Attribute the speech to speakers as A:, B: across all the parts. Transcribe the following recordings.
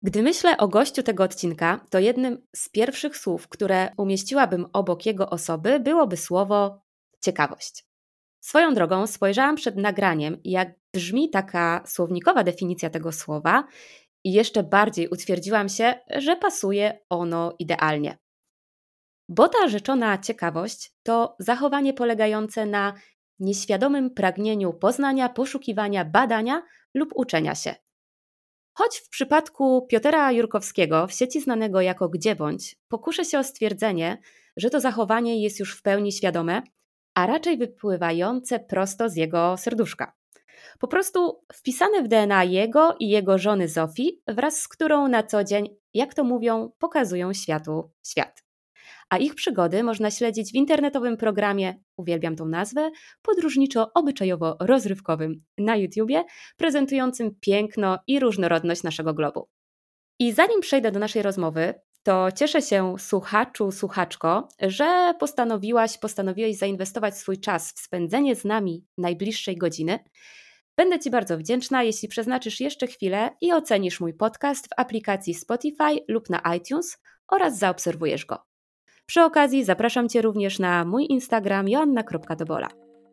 A: Gdy myślę o gościu tego odcinka, to jednym z pierwszych słów, które umieściłabym obok jego osoby, byłoby słowo ciekawość. Swoją drogą spojrzałam przed nagraniem, jak brzmi taka słownikowa definicja tego słowa i jeszcze bardziej utwierdziłam się, że pasuje ono idealnie. Bo ta rzeczona ciekawość to zachowanie polegające na nieświadomym pragnieniu poznania, poszukiwania, badania lub uczenia się. Choć w przypadku Piotra Jurkowskiego, w sieci znanego jako Gdziebądź, pokuszę się o stwierdzenie, że to zachowanie jest już w pełni świadome, a raczej wypływające prosto z jego serduszka. Po prostu wpisane w DNA jego i jego żony Zofii, wraz z którą na co dzień, jak to mówią, pokazują światu świat. A ich przygody można śledzić w internetowym programie, uwielbiam tą nazwę, podróżniczo-obyczajowo-rozrywkowym na YouTubie, prezentującym piękno i różnorodność naszego globu. I zanim przejdę do naszej rozmowy, to cieszę się słuchaczu, słuchaczko, że postanowiłeś zainwestować swój czas w spędzenie z nami najbliższej godziny. Będę Ci bardzo wdzięczna, jeśli przeznaczysz jeszcze chwilę i ocenisz mój podcast w aplikacji Spotify lub na iTunes oraz zaobserwujesz go. Przy okazji zapraszam Cię również na mój Instagram joanna.tobola.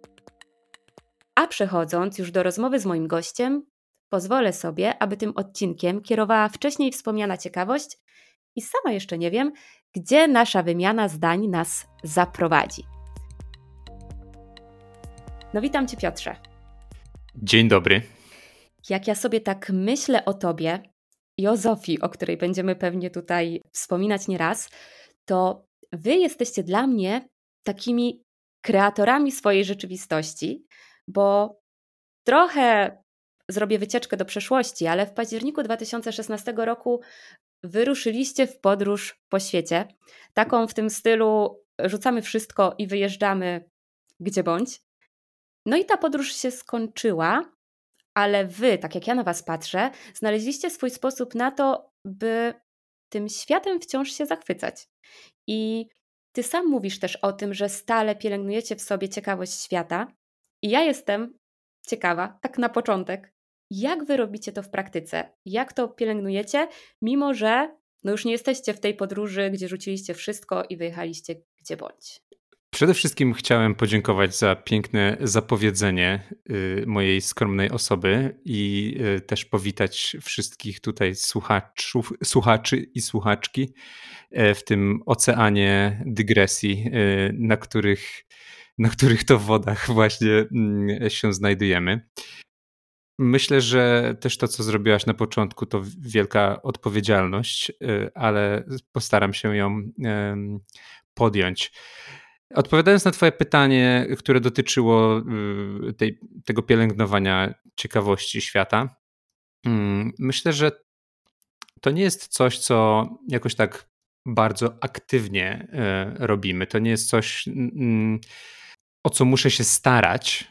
A: A przechodząc już do rozmowy z moim gościem, pozwolę sobie, aby tym odcinkiem kierowała wcześniej wspomniana ciekawość i sama jeszcze nie wiem, gdzie nasza wymiana zdań nas zaprowadzi. No witam Cię, Piotrze.
B: Dzień dobry.
A: Jak ja sobie tak myślę o Tobie i o Zofii, o której będziemy pewnie tutaj wspominać nieraz, to Wy jesteście dla mnie takimi kreatorami swojej rzeczywistości, bo trochę zrobię wycieczkę do przeszłości, ale w październiku 2016 roku wyruszyliście w podróż po świecie. Taką w tym stylu rzucamy wszystko i wyjeżdżamy gdzie bądź. No i ta podróż się skończyła, ale Wy, tak jak ja na Was patrzę, znaleźliście swój sposób na to, by tym światem wciąż się zachwycać. I Ty sam mówisz też o tym, że stale pielęgnujecie w sobie ciekawość świata. I ja jestem ciekawa, tak na początek, jak Wy robicie to w praktyce? Jak to pielęgnujecie, mimo że już nie jesteście w tej podróży, gdzie rzuciliście wszystko i wyjechaliście gdzie bądź?
B: Przede wszystkim chciałem podziękować za piękne zapowiedzenie mojej skromnej osoby i też powitać wszystkich tutaj słuchaczy i słuchaczki w tym oceanie dygresji, na których to wodach właśnie się znajdujemy. Myślę, że też to, co zrobiłaś na początku, to wielka odpowiedzialność, ale postaram się ją podjąć. Odpowiadając na Twoje pytanie, które dotyczyło tego pielęgnowania ciekawości świata, myślę, że to nie jest coś, co jakoś tak bardzo aktywnie robimy. To nie jest coś, o co muszę się starać.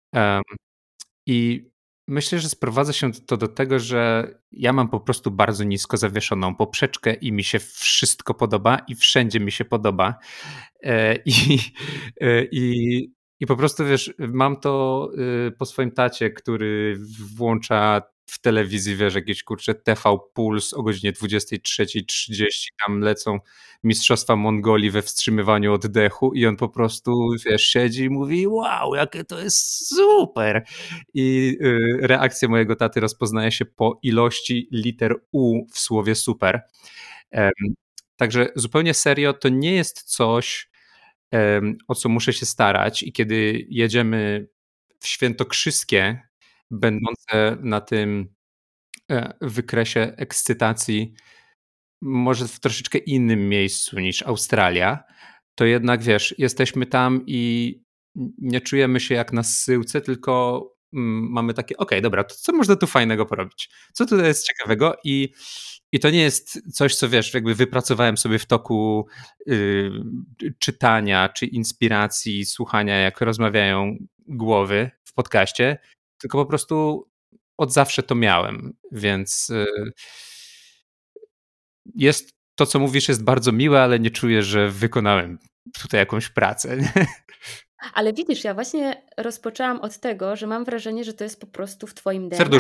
B: I myślę, że sprowadza się to do tego, że ja mam po prostu bardzo nisko zawieszoną poprzeczkę i mi się wszystko podoba i wszędzie mi się podoba. I, i po prostu wiesz, mam to po swoim tacie, który włącza w telewizji, wiesz, jakieś kurczę TV Puls o godzinie 23:30, tam lecą Mistrzostwa Mongolii we wstrzymywaniu oddechu i on po prostu, wiesz, siedzi i mówi wow, jakie to jest super. I reakcja mojego taty rozpoznaje się po ilości liter U w słowie super. Także zupełnie serio, to nie jest coś, o co muszę się starać i kiedy jedziemy w Świętokrzyskie, będące na tym wykresie ekscytacji, może w troszeczkę innym miejscu niż Australia, to jednak wiesz, jesteśmy tam i nie czujemy się jak na zsyłce, tylko mamy takie, okej, dobra, to co można tu fajnego porobić? Co tutaj jest ciekawego? I to nie jest coś, co wiesz, jakby wypracowałem sobie w toku czytania czy inspiracji, słuchania, jak rozmawiają głowy w podcaście, tylko po prostu od zawsze to miałem, więc jest to, co mówisz, jest bardzo miłe, ale nie czuję, że wykonałem tutaj jakąś pracę. Nie?
A: Ale widzisz, ja właśnie rozpoczęłam od tego, że mam wrażenie, że to jest po prostu w Twoim DNA.
B: Serduszko.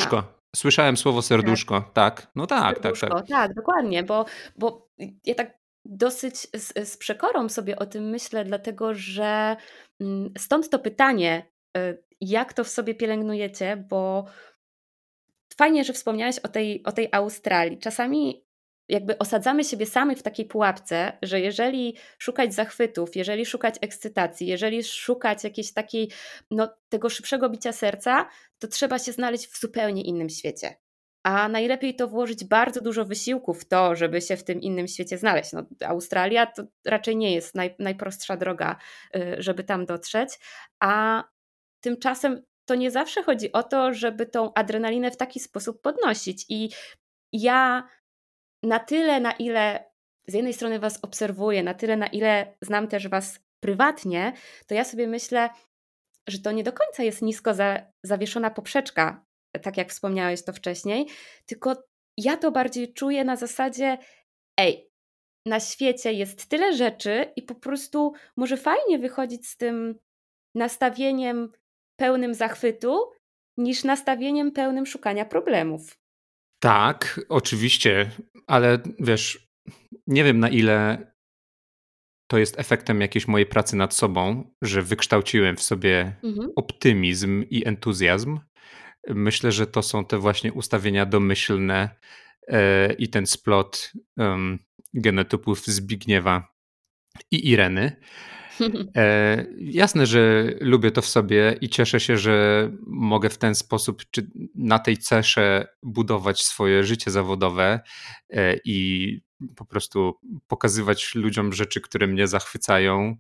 B: Słyszałem słowo
A: Tak.
B: serduszko, tak. No tak, tak, tak.
A: Serduszko, tak, dokładnie, bo ja tak dosyć z przekorą sobie o tym myślę, dlatego że stąd to pytanie, jak to w sobie pielęgnujecie, bo fajnie, że wspomniałeś o tej Australii. Czasami jakby osadzamy siebie samych w takiej pułapce, że jeżeli szukać zachwytów, jeżeli szukać ekscytacji, jeżeli szukać jakiejś takiej, no, tego szybszego bicia serca, to trzeba się znaleźć w zupełnie innym świecie. A najlepiej to włożyć bardzo dużo wysiłku w to, żeby się w tym innym świecie znaleźć. No, Australia to raczej nie jest najprostsza droga, żeby tam dotrzeć, a tymczasem to nie zawsze chodzi o to, żeby tą adrenalinę w taki sposób podnosić. I ja na tyle, na ile z jednej strony Was obserwuję, na tyle, na ile znam też Was prywatnie, to ja sobie myślę, że to nie do końca jest nisko zawieszona poprzeczka, tak jak wspomniałeś to wcześniej, tylko ja to bardziej czuję na zasadzie, ej, na świecie jest tyle rzeczy i po prostu może fajnie wychodzić z tym nastawieniem pełnym zachwytu, niż nastawieniem pełnym szukania problemów.
B: Tak, oczywiście, ale wiesz, nie wiem na ile to jest efektem jakiejś mojej pracy nad sobą, że wykształciłem w sobie
A: Mhm.
B: optymizm i entuzjazm. Myślę, że to są te właśnie ustawienia domyślne i ten splot genotypów Zbigniewa i Ireny. Jasne, że lubię to w sobie i cieszę się, że mogę w ten sposób, czy na tej cesze budować swoje życie zawodowe i po prostu pokazywać ludziom rzeczy, które mnie zachwycają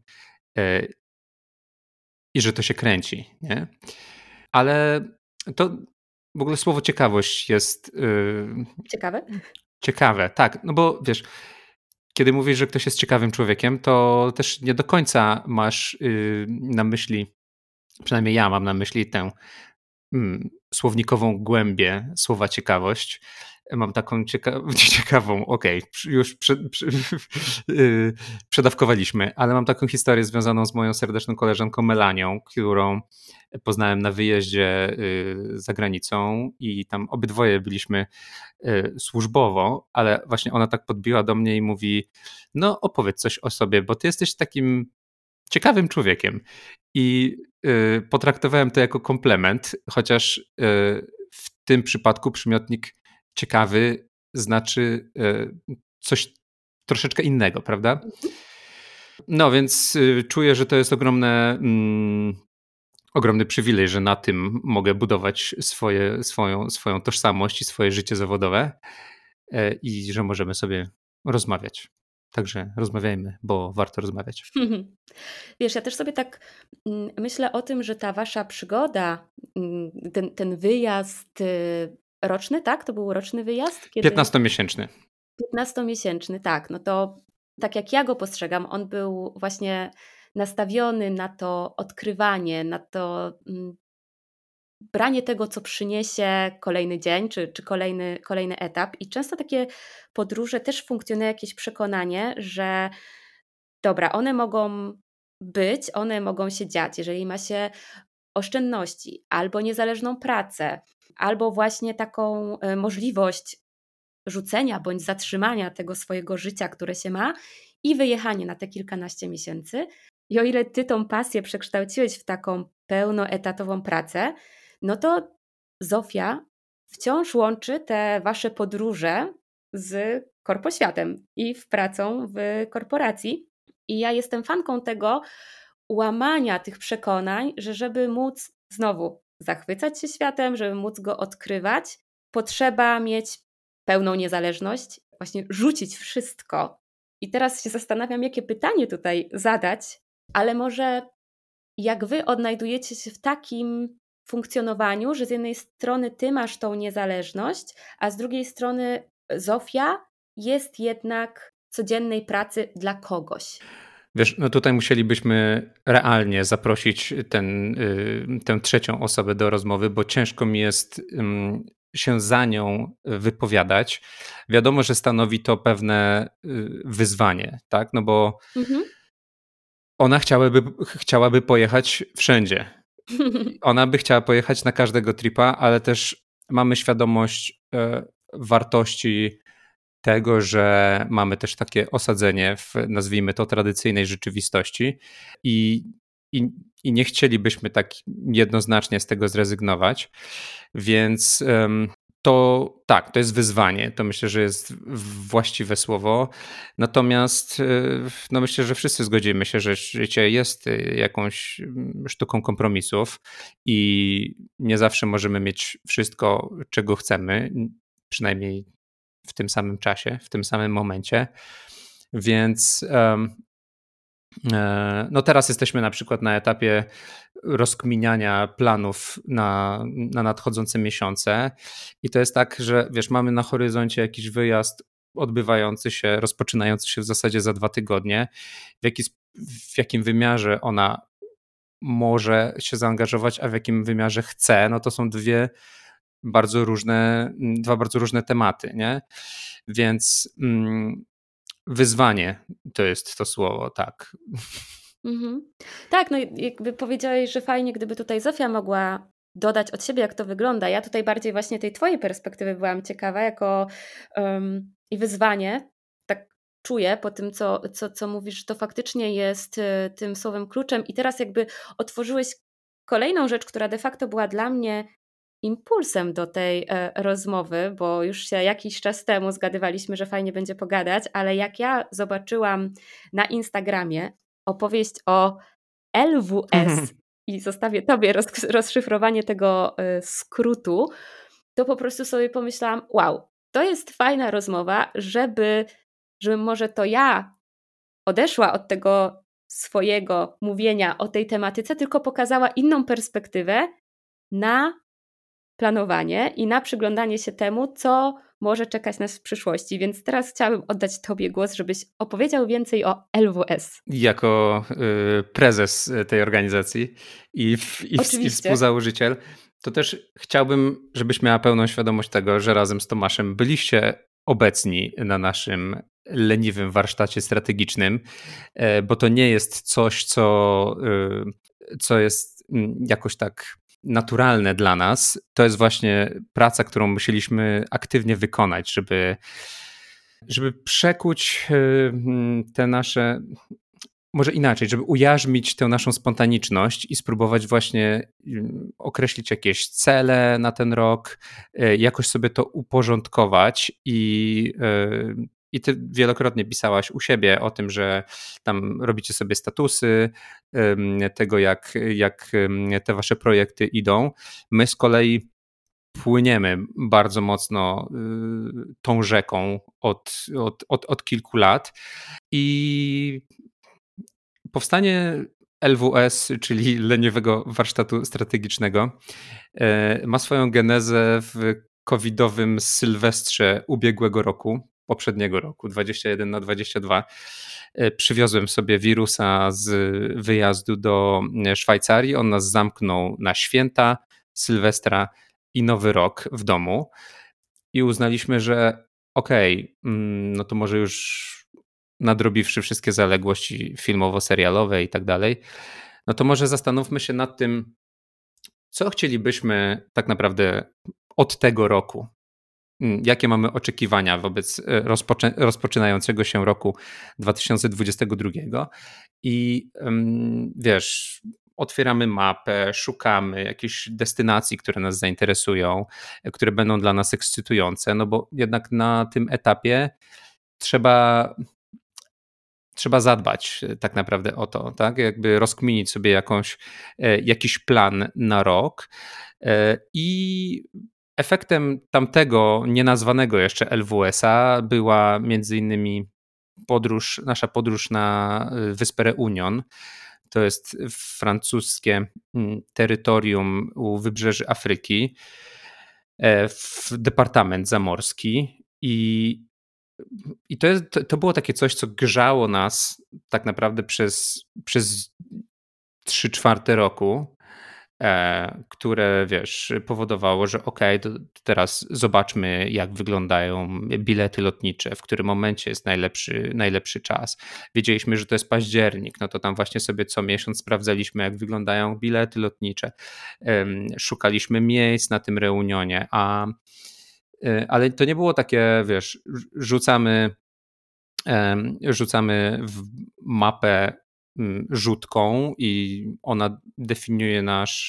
B: i że to się kręci, nie? Ale to w ogóle słowo ciekawość jest
A: Ciekawe?
B: ciekawe, tak, no bo wiesz, kiedy mówisz, że ktoś jest ciekawym człowiekiem, to też nie do końca masz na myśli, przynajmniej ja mam na myśli tę słownikową głębię słowa ciekawość. Mam taką ciekawą, okej, już przedawkowaliśmy, ale mam taką historię związaną z moją serdeczną koleżanką Melanią, którą poznałem na wyjeździe za granicą i tam obydwoje byliśmy służbowo, ale właśnie ona tak podbiła do mnie i mówi: no opowiedz coś o sobie, bo ty jesteś takim ciekawym człowiekiem. I potraktowałem to jako komplement, chociaż w tym przypadku przymiotnik ciekawy znaczy coś troszeczkę innego, prawda?
A: Mhm.
B: No więc czuję, że to jest ogromny przywilej, że na tym mogę budować swoją tożsamość i swoje życie zawodowe i że możemy sobie rozmawiać. Także rozmawiajmy, bo warto rozmawiać.
A: Wiesz, ja też sobie tak myślę o tym, że ta wasza przygoda, ten wyjazd roczny, tak? To był roczny wyjazd? Kiedy?
B: 15-miesięczny.
A: 15-miesięczny, tak. No to tak jak ja go postrzegam, on był właśnie nastawiony na to odkrywanie, na to branie tego, co przyniesie kolejny dzień czy kolejny etap. I często takie podróże też funkcjonuje jakieś przekonanie, że dobra, one mogą być, one mogą się dziać, jeżeli ma się oszczędności, albo niezależną pracę, albo właśnie taką możliwość rzucenia bądź zatrzymania tego swojego życia, które się ma i wyjechanie na te kilkanaście miesięcy. I o ile ty tą pasję przekształciłeś w taką pełnoetatową pracę, no to Zofia wciąż łączy te wasze podróże z korpoświatem i w pracą w korporacji. I ja jestem fanką tego łamania tych przekonań, że żeby móc znowu zachwycać się światem, żeby móc go odkrywać, potrzeba mieć pełną niezależność, właśnie rzucić wszystko. I teraz się zastanawiam, jakie pytanie tutaj zadać, ale może jak wy odnajdujecie się w takim funkcjonowaniu, że z jednej strony ty masz tą niezależność, a z drugiej strony Zofia jest jednak codziennej pracy dla kogoś.
B: Wiesz, no tutaj musielibyśmy realnie zaprosić tę trzecią osobę do rozmowy, bo ciężko mi jest się za nią wypowiadać. Wiadomo, że stanowi to pewne wyzwanie, tak? No bo
A: Mhm.
B: ona chciałaby pojechać wszędzie. Ona by chciała pojechać na każdego tripa, ale też mamy świadomość wartości tego, że mamy też takie osadzenie w, nazwijmy to, tradycyjnej rzeczywistości i, i, i nie chcielibyśmy tak jednoznacznie z tego zrezygnować, więc to tak, to jest wyzwanie, to myślę, że jest właściwe słowo, natomiast no myślę, że wszyscy zgodzimy się, że życie jest jakąś sztuką kompromisów i nie zawsze możemy mieć wszystko, czego chcemy, przynajmniej w tym samym czasie, w tym samym momencie. Więc no teraz jesteśmy na przykład na etapie rozkminiania planów na nadchodzące miesiące i to jest tak, że wiesz, mamy na horyzoncie jakiś wyjazd odbywający się, rozpoczynający się w zasadzie za 2 tygodnie. W jakim wymiarze ona może się zaangażować, a w jakim wymiarze chce, no to są dwa bardzo różne tematy, nie? Więc wyzwanie to jest to słowo, tak.
A: Mhm. Tak, no jakby powiedziałeś, że fajnie, gdyby tutaj Zofia mogła dodać od siebie, jak to wygląda. Ja tutaj bardziej właśnie tej twojej perspektywy byłam ciekawa, jako i wyzwanie, tak czuję po tym, co mówisz, że to faktycznie jest tym słowem kluczem i teraz jakby otworzyłeś kolejną rzecz, która de facto była dla mnie impulsem do tej rozmowy, bo już się jakiś czas temu zgadywaliśmy, że fajnie będzie pogadać, ale jak ja zobaczyłam na Instagramie opowieść o LWS i zostawię tobie rozszyfrowanie tego skrótu, to po prostu sobie pomyślałam, wow, to jest fajna rozmowa, żeby może to ja odeszła od tego swojego mówienia o tej tematyce, tylko pokazała inną perspektywę na planowanie i na przyglądanie się temu, co może czekać nas w przyszłości. Więc teraz chciałabym oddać tobie głos, żebyś opowiedział więcej o LWS.
B: Jako prezes tej organizacji i współzałożyciel, to też chciałbym, żebyś miała pełną świadomość tego, że razem z Tomaszem byliście obecni na naszym leniwym warsztacie strategicznym, bo to nie jest coś, co jest jakoś tak naturalne dla nas. To jest właśnie praca, którą musieliśmy aktywnie wykonać, żeby przekuć te nasze, może inaczej, żeby ujarzmić tę naszą spontaniczność i spróbować właśnie określić jakieś cele na ten rok, jakoś sobie to uporządkować i ty wielokrotnie pisałaś u siebie o tym, że tam robicie sobie statusy tego, jak te wasze projekty idą. My z kolei płyniemy bardzo mocno tą rzeką od kilku lat i powstanie LWS, czyli leniwego warsztatu strategicznego, ma swoją genezę w covidowym sylwestrze ubiegłego roku, poprzedniego roku, 21 na 22. Przywiozłem sobie wirusa z wyjazdu do Szwajcarii. On nas zamknął na święta, Sylwestra i Nowy Rok w domu i uznaliśmy, że okej, no to może już nadrobiwszy wszystkie zaległości filmowo-serialowe i tak dalej, no to może zastanówmy się nad tym, co chcielibyśmy tak naprawdę od tego roku. Jakie mamy oczekiwania wobec rozpoczynającego się roku 2022 i wiesz, otwieramy mapę, szukamy jakichś destynacji, które nas zainteresują, które będą dla nas ekscytujące, no bo jednak na tym etapie trzeba zadbać tak naprawdę o to, tak? Jakby rozkminić sobie jakiś plan na rok i efektem tamtego nienazwanego jeszcze LWS-a była między innymi nasza podróż na wyspę Reunion. To jest francuskie terytorium u wybrzeży Afryki, w departament zamorski i to było takie coś, co grzało nas tak naprawdę przez 3/4 roku. które wiesz, powodowało, że okej, to teraz zobaczmy, jak wyglądają bilety lotnicze, w którym momencie jest najlepszy czas. Wiedzieliśmy, że to jest październik, no to tam właśnie sobie co miesiąc sprawdzaliśmy, jak wyglądają bilety lotnicze. Szukaliśmy miejsc na tym reunionie, ale to nie było takie, wiesz, rzucamy w mapę rzutką i ona definiuje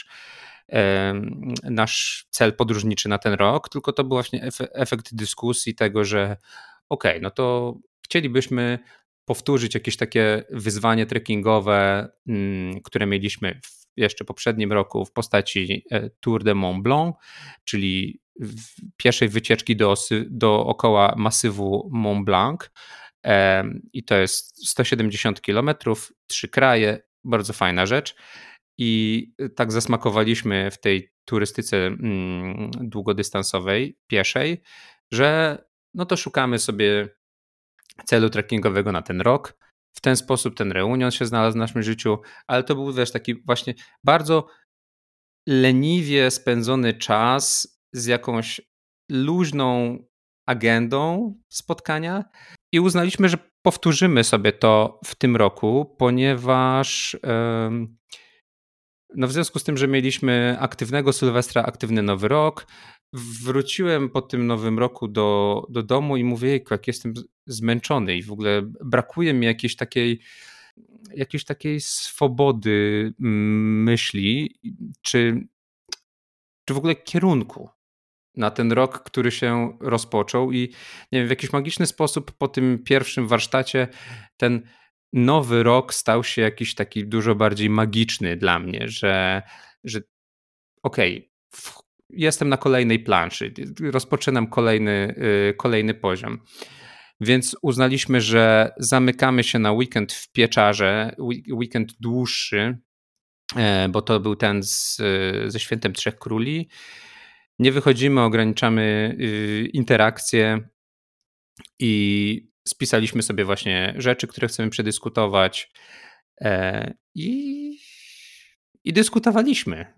B: nasz cel podróżniczy na ten rok, tylko to był właśnie efekt dyskusji tego, że okej, no to chcielibyśmy powtórzyć jakieś takie wyzwanie trekkingowe, które mieliśmy w jeszcze poprzednim roku w postaci Tour de Mont Blanc, czyli pierwszej wycieczki dookoła masywu Mont Blanc. I to jest 170 kilometrów, 3 kraje, bardzo fajna rzecz. I tak zasmakowaliśmy w tej turystyce długodystansowej, pieszej, że no to szukamy sobie celu trekkingowego na ten rok. W ten sposób ten reunion się znalazł w naszym życiu, ale to był też taki właśnie bardzo leniwie spędzony czas z jakąś luźną agendą spotkania i uznaliśmy, że powtórzymy sobie to w tym roku, ponieważ no w związku z tym, że mieliśmy aktywnego Sylwestra, aktywny Nowy Rok, wróciłem po tym Nowym Roku do domu i mówię, jejku, jak jestem zmęczony i w ogóle brakuje mi jakiejś takiej swobody myśli, czy w ogóle kierunku na ten rok, który się rozpoczął i nie wiem, w jakiś magiczny sposób po tym pierwszym warsztacie ten nowy rok stał się jakiś taki dużo bardziej magiczny dla mnie, że okej, jestem na kolejnej planszy, rozpoczynam kolejny poziom. Więc uznaliśmy, że zamykamy się na weekend w Pieczarze, weekend dłuższy, bo to był ten ze Świętem Trzech Króli. Nie wychodzimy, ograniczamy interakcje i spisaliśmy sobie właśnie rzeczy, które chcemy przedyskutować i dyskutowaliśmy.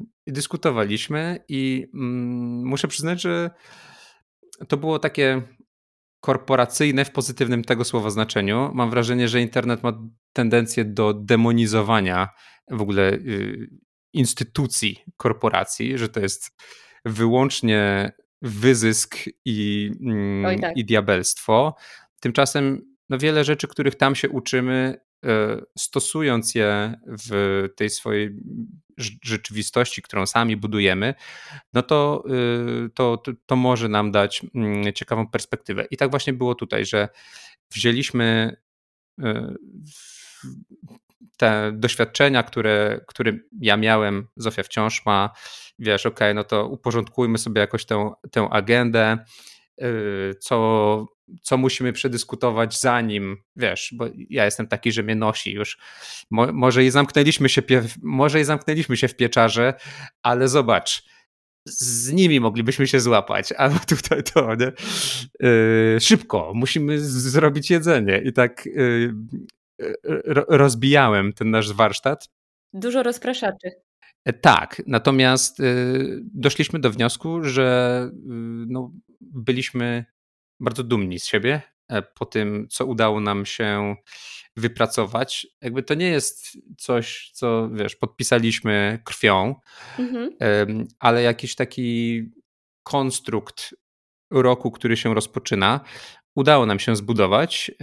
B: I muszę przyznać, że to było takie korporacyjne w pozytywnym tego słowa znaczeniu. Mam wrażenie, że internet ma tendencję do demonizowania w ogóle instytucji korporacji, że to jest wyłącznie wyzysk
A: Oj tak.
B: i diabelstwo. Tymczasem no wiele rzeczy, których tam się uczymy, stosując je w tej swojej rzeczywistości, którą sami budujemy, no to może nam dać ciekawą perspektywę. I tak właśnie było tutaj, że wzięliśmy te doświadczenia, które ja miałem, Zofia wciąż ma, wiesz, okej, no to uporządkujmy sobie jakoś tę agendę, co musimy przedyskutować zanim, wiesz, bo ja jestem taki, że mnie nosi już. Może i zamknęliśmy się w Pieczarze, ale zobacz, z nimi moglibyśmy się złapać, a tutaj to, nie? Szybko, musimy zrobić jedzenie. I tak rozbijałem ten nasz warsztat.
A: Dużo rozpraszaczy.
B: Tak, natomiast doszliśmy do wniosku, że no, byliśmy bardzo dumni z siebie po tym, co udało nam się wypracować. Jakby to nie jest coś, co wiesz, podpisaliśmy krwią, ale jakiś taki konstrukt roku, który się rozpoczyna, udało nam się zbudować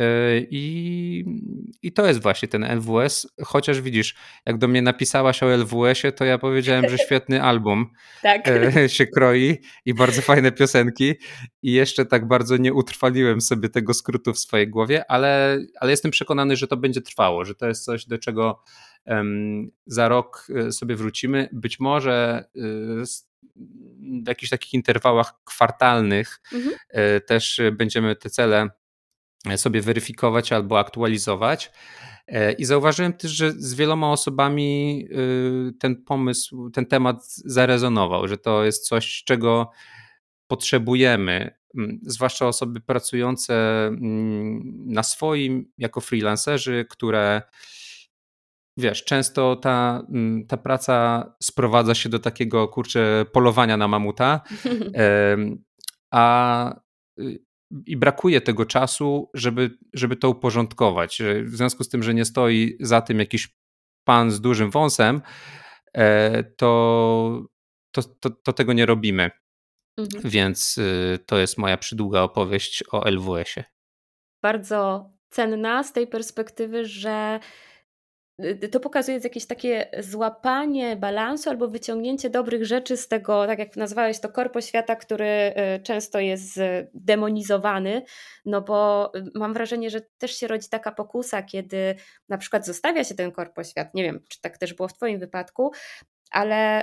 B: i to jest właśnie ten LWS, chociaż widzisz, jak do mnie napisałaś o LWS-ie, to ja powiedziałem, że świetny album
A: Tak.
B: się kroi i bardzo fajne piosenki i jeszcze tak bardzo nie utrwaliłem sobie tego skrótu w swojej głowie, ale jestem przekonany, że to będzie trwało, że to jest coś, do czego za rok sobie wrócimy. Być może w jakichś takich interwałach kwartalnych też będziemy te cele sobie weryfikować albo aktualizować. I zauważyłem też, że z wieloma osobami ten pomysł, ten temat zarezonował, że to jest coś, czego potrzebujemy, zwłaszcza osoby pracujące na swoim jako freelancerzy, które wiesz, często ta praca sprowadza się do takiego, kurczę, polowania na mamuta, a i brakuje tego czasu, żeby to uporządkować. W związku z tym, że nie stoi za tym jakiś pan z dużym wąsem, to tego nie robimy.
A: Mhm.
B: Więc to jest moja przydługa opowieść o LWS-ie.
A: Bardzo cenna z tej perspektywy, że to pokazuje jakieś takie złapanie balansu albo wyciągnięcie dobrych rzeczy z tego, tak jak nazwałeś to, korpo świata, który często jest demonizowany, no bo mam wrażenie, że też się rodzi taka pokusa, kiedy na przykład zostawia się ten korpo świat, nie wiem, czy tak też było w twoim wypadku, ale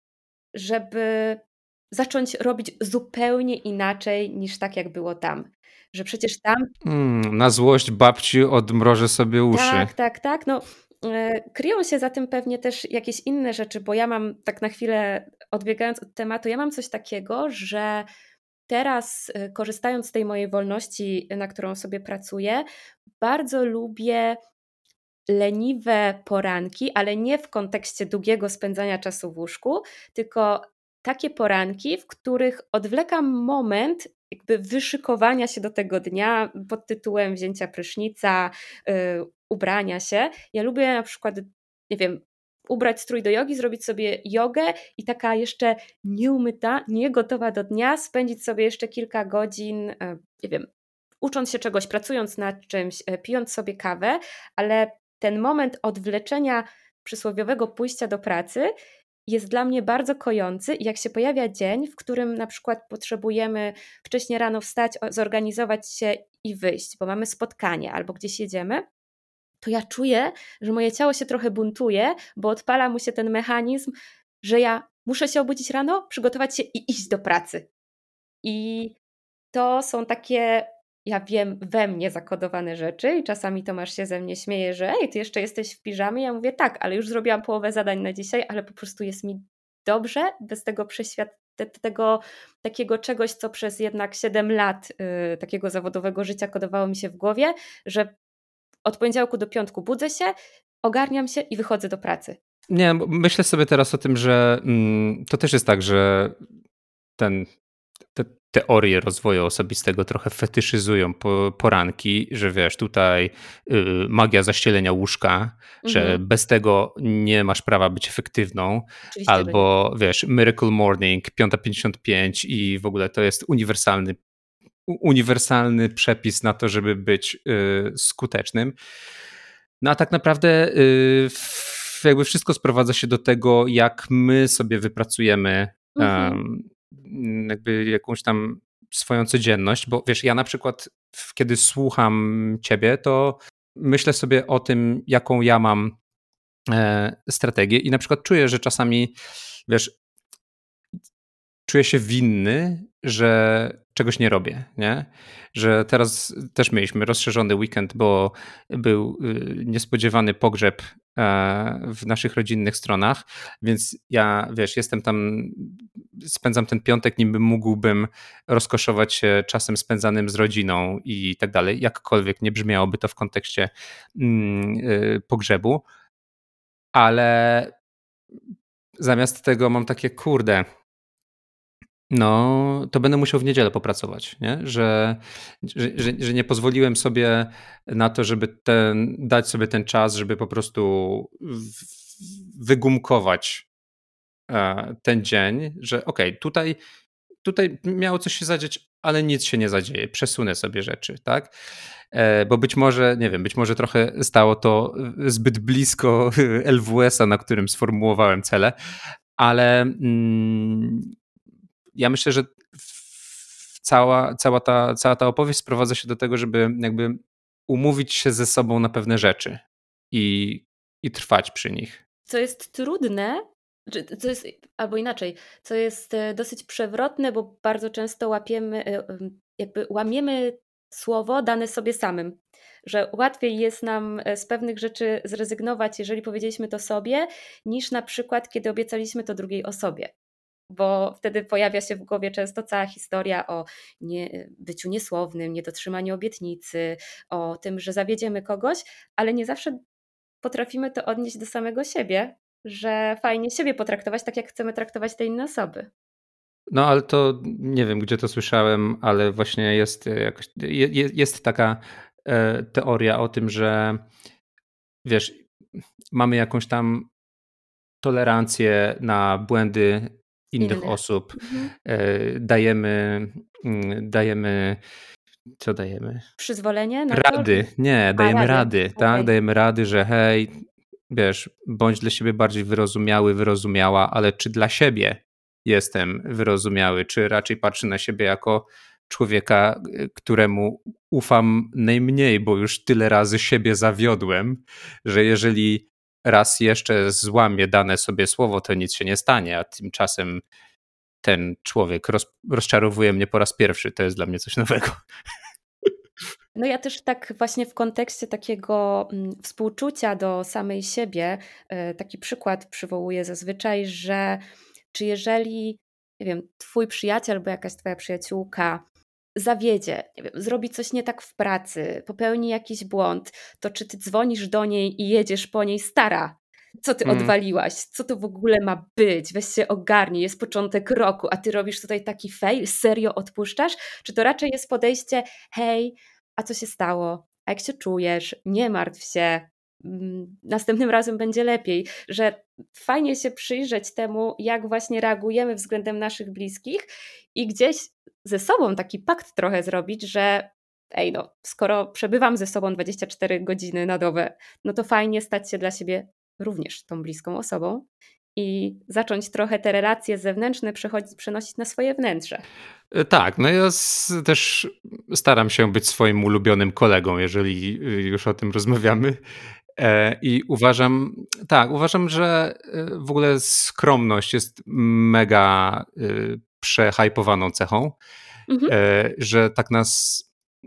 A: żeby zacząć robić zupełnie inaczej niż tak, jak było tam. Że przecież tam
B: Na złość babci odmrożę sobie uszy.
A: tak, tak, tak. No, kryją się za tym pewnie też jakieś inne rzeczy, bo ja mam tak na chwilę, odbiegając od tematu, ja mam coś takiego, że teraz korzystając z tej mojej wolności, na którą sobie pracuję, bardzo lubię leniwe poranki, ale nie w kontekście długiego spędzania czasu w łóżku, tylko takie poranki, w których odwlekam moment jakby wyszykowania się do tego dnia pod tytułem wzięcia prysznica, ubrania się. Ja lubię na przykład, nie wiem, ubrać strój do jogi, zrobić sobie jogę i taka jeszcze nieumyta, niegotowa do dnia, spędzić sobie jeszcze kilka godzin, nie wiem, ucząc się czegoś, pracując nad czymś, pijąc sobie kawę, ale ten moment odwleczenia przysłowiowego pójścia do pracy jest dla mnie bardzo kojący i jak się pojawia dzień, w którym na przykład potrzebujemy wcześnie rano wstać, zorganizować się i wyjść, bo mamy spotkanie albo gdzieś jedziemy, to ja czuję, że moje ciało się trochę buntuje, bo odpala mu się ten mechanizm, że ja muszę się obudzić rano, przygotować się i iść do pracy. I to są takie, ja wiem, we mnie zakodowane rzeczy i czasami Tomasz się ze mnie śmieje, że ej, ty jeszcze jesteś w piżamie? Ja mówię tak, ale już zrobiłam połowę zadań na dzisiaj, ale po prostu jest mi dobrze bez tego tego takiego czegoś, co przez jednak 7 lat takiego zawodowego życia kodowało mi się w głowie, że od poniedziałku do piątku budzę się, ogarniam się i wychodzę do pracy.
B: Nie, myślę sobie teraz o tym, że to też jest tak, że te teorie rozwoju osobistego trochę fetyszyzują poranki, że wiesz, tutaj magia zaścielenia łóżka, że
A: Mhm.
B: bez tego nie masz prawa być efektywną,
A: Oczywiście, że nie.
B: albo wiesz, Miracle Morning, 5:55 i w ogóle to jest uniwersalny przepis na to, żeby być skutecznym. No a tak naprawdę jakby wszystko sprowadza się do tego, jak my sobie wypracujemy
A: Mhm.
B: jakby jakąś tam swoją codzienność, bo wiesz, ja na przykład kiedy słucham ciebie, to myślę sobie o tym, jaką ja mam strategię i na przykład czuję, że czasami, wiesz, czuję się winny, że czegoś nie robię, nie? Że teraz też mieliśmy rozszerzony weekend, bo był niespodziewany pogrzeb w naszych rodzinnych stronach, więc ja, wiesz, jestem tam, spędzam ten piątek, niby mógłbym rozkoszować się czasem spędzanym z rodziną i tak dalej, jakkolwiek nie brzmiałoby to w kontekście pogrzebu, ale zamiast tego mam takie, kurde, no, to będę musiał w niedzielę popracować, nie? Że nie pozwoliłem sobie na to, żeby dać sobie ten czas, żeby po prostu wygumkować ten dzień, że okej, tutaj miało coś się zadzieć, ale nic się nie zadzieje, przesunę sobie rzeczy, tak? Bo być może, nie wiem, być może trochę stało to zbyt blisko LWS-a, na którym sformułowałem cele, ale ja myślę, że cała ta opowieść sprowadza się do tego, żeby jakby umówić się ze sobą na pewne rzeczy i trwać przy nich.
A: Co jest trudne, co jest, albo inaczej, co jest dosyć przewrotne, bo bardzo często jakby łamiemy słowo dane sobie samym. Że łatwiej jest nam z pewnych rzeczy zrezygnować, jeżeli powiedzieliśmy to sobie, niż na przykład, kiedy obiecaliśmy to drugiej osobie. Bo wtedy pojawia się w głowie często cała historia o byciu niesłownym, niedotrzymaniu obietnicy, o tym, że zawiedziemy kogoś, ale nie zawsze potrafimy to odnieść do samego siebie, że fajnie siebie potraktować tak, jak chcemy traktować te inne osoby.
B: No ale to nie wiem, gdzie to słyszałem, ale właśnie jest jakoś, jest taka teoria o tym, że wiesz, mamy jakąś tam tolerancję na błędy innych
A: Innych.
B: osób.
A: Mhm.
B: Dajemy, co dajemy?
A: Przyzwolenie na to,
B: Rady. Nie, dajemy
A: rady.
B: rady, tak?
A: Okej.
B: Dajemy rady, że hej, wiesz, bądź dla siebie bardziej wyrozumiały, wyrozumiała, ale czy dla siebie jestem wyrozumiały, czy raczej patrzę na siebie jako człowieka, któremu ufam najmniej, bo już tyle razy siebie zawiodłem, że jeżeli raz jeszcze złamię dane sobie słowo, to nic się nie stanie, a tymczasem ten człowiek rozczarowuje mnie po raz pierwszy. To jest dla mnie coś nowego.
A: No ja też tak właśnie w kontekście takiego współczucia do samej siebie taki przykład przywołuję zazwyczaj, że czy jeżeli, nie wiem, twój przyjaciel albo jakaś twoja przyjaciółka zawiedzie, nie wiem, zrobi coś nie tak w pracy, popełni jakiś błąd, to czy ty dzwonisz do niej i jedziesz po niej stara? Co ty odwaliłaś? Co to w ogóle ma być? Weź się ogarnij, jest początek roku, a ty robisz tutaj taki fail? Serio odpuszczasz? Czy to raczej jest podejście, hej, a co się stało? A jak się czujesz? Nie martw się. Następnym razem będzie lepiej, że fajnie się przyjrzeć temu, jak właśnie reagujemy względem naszych bliskich i gdzieś ze sobą taki pakt trochę zrobić, że ej no, skoro przebywam ze sobą 24 godziny na dobę, no to fajnie stać się dla siebie również tą bliską osobą i zacząć trochę te relacje zewnętrzne przenosić na swoje wnętrze.
B: Tak, no ja też staram się być swoim ulubionym kolegą, jeżeli już o tym rozmawiamy. I uważam, tak, uważam, że w ogóle skromność jest mega przehypowaną cechą,
A: Mhm.
B: że tak nas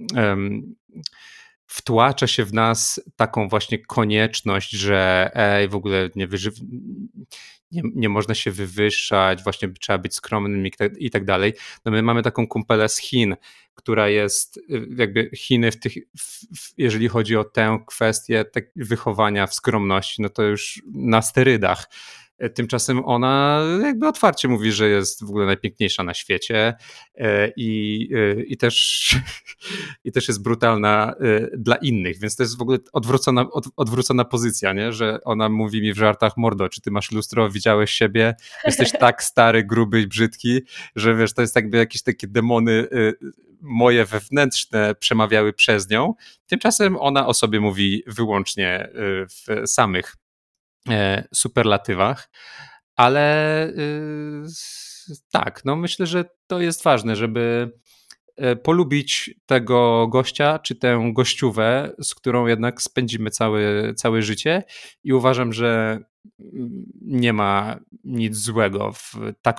B: wtłacza się w nas taką właśnie konieczność, że w ogóle nie można się wywyższać, właśnie trzeba być skromnym i tak dalej. No my mamy taką kumpelę z Chin, która jest jakby Chiny jeżeli chodzi o tę kwestię wychowania w skromności, no to już na sterydach. Tymczasem ona jakby otwarcie mówi, że jest w ogóle najpiękniejsza na świecie i też, i też jest brutalna dla innych, więc to jest w ogóle odwrócona pozycja, nie? Że ona mówi mi w żartach, mordo, czy ty masz lustro, widziałeś siebie, jesteś tak stary, gruby i brzydki, że wiesz, to jest jakby jakieś takie demony moje wewnętrzne przemawiały przez nią. Tymczasem ona o sobie mówi wyłącznie w samych superlatywach, ale tak, no myślę, że to jest ważne, żeby polubić tego gościa, czy tę gościówę, z którą jednak spędzimy całe życie i uważam, że nie ma nic złego w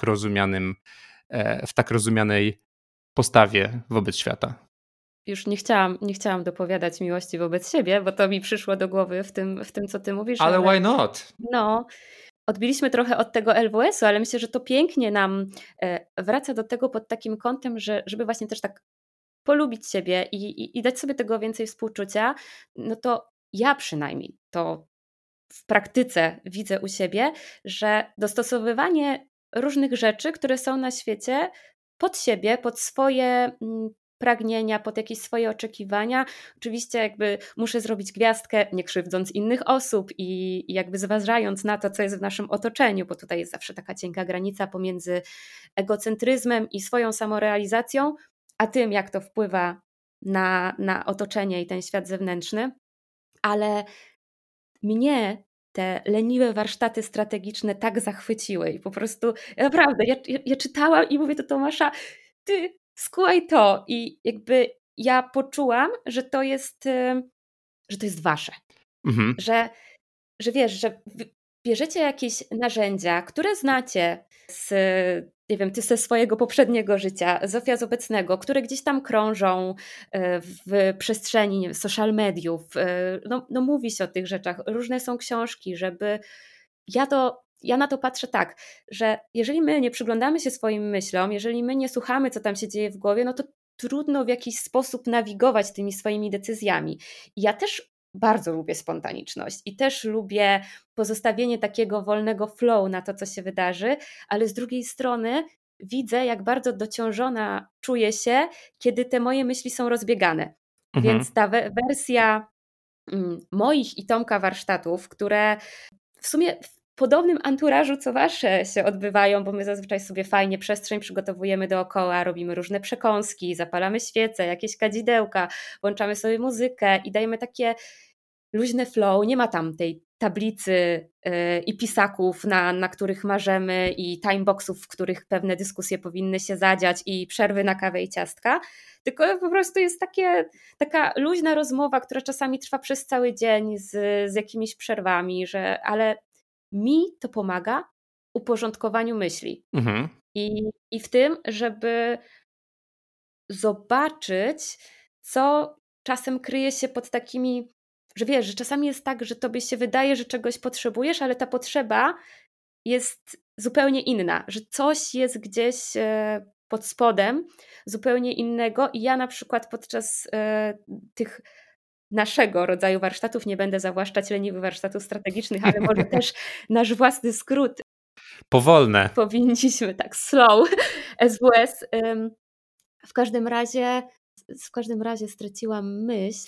B: tak rozumianej postawie wobec świata.
A: Już nie chciałam dopowiadać miłości wobec siebie, bo to mi przyszło do głowy w tym co ty mówisz,
B: Ale
A: ale
B: why not?
A: no, odbiliśmy trochę od tego LWS-u, ale myślę, że to pięknie nam wraca do tego pod takim kątem, żeby właśnie też tak polubić siebie i dać sobie tego więcej współczucia, no to ja przynajmniej to w praktyce widzę u siebie, że dostosowywanie różnych rzeczy, które są na świecie, pod siebie, pod swoje pragnienia, pod jakieś swoje oczekiwania. Oczywiście jakby muszę zrobić gwiazdkę, nie krzywdząc innych osób i jakby zważając na to, co jest w naszym otoczeniu, bo tutaj jest zawsze taka cienka granica pomiędzy egocentryzmem i swoją samorealizacją, a tym, jak to wpływa na otoczenie i ten świat zewnętrzny. Ale mnie te leniwe warsztaty strategiczne tak zachwyciły i po prostu naprawdę, ja czytałam i mówię do Tomasza, ty skułaj to i jakby ja poczułam, że to jest wasze,
B: Mhm.
A: że wiesz, że bierzecie jakieś narzędzia, które znacie nie wiem, ty ze swojego poprzedniego życia, Zofia z obecnego, które gdzieś tam krążą w przestrzeni, nie wiem, social mediów. No mówi się o tych rzeczach, różne są książki, żeby ja na to patrzę tak, że jeżeli my nie przyglądamy się swoim myślom, jeżeli my nie słuchamy, co tam się dzieje w głowie, no to trudno w jakiś sposób nawigować tymi swoimi decyzjami. I ja też bardzo lubię spontaniczność i też lubię pozostawienie takiego wolnego flow na to, co się wydarzy, ale z drugiej strony widzę, jak bardzo dociążona czuję się, kiedy te moje myśli są rozbiegane. Więc ta wersja moich i Tomka warsztatów, które w sumie w podobnym anturażu co wasze się odbywają, bo my zazwyczaj sobie fajnie przestrzeń przygotowujemy dookoła, robimy różne przekąski, zapalamy świece, jakieś kadzidełka, włączamy sobie muzykę i dajemy takie luźne flow, nie ma tam tej tablicy i pisaków, na których marzymy i timeboxów, w których pewne dyskusje powinny się zadziać i przerwy na kawę i ciastka, tylko po prostu jest taka luźna rozmowa, która czasami trwa przez cały dzień z jakimiś przerwami, ale mi to pomaga w uporządkowaniu myśli. I w tym, żeby zobaczyć, co czasem kryje się pod takimi, że wiesz, że czasami jest tak, że tobie się wydaje, że czegoś potrzebujesz, ale ta potrzeba jest zupełnie inna, że coś jest gdzieś pod spodem zupełnie innego i ja na przykład podczas tych naszego rodzaju warsztatów, nie będę zawłaszczać leniwych warsztatów strategicznych, ale może też nasz własny skrót.
B: Powolne.
A: Powinniśmy tak slow, SWS. W każdym razie straciłam myśl.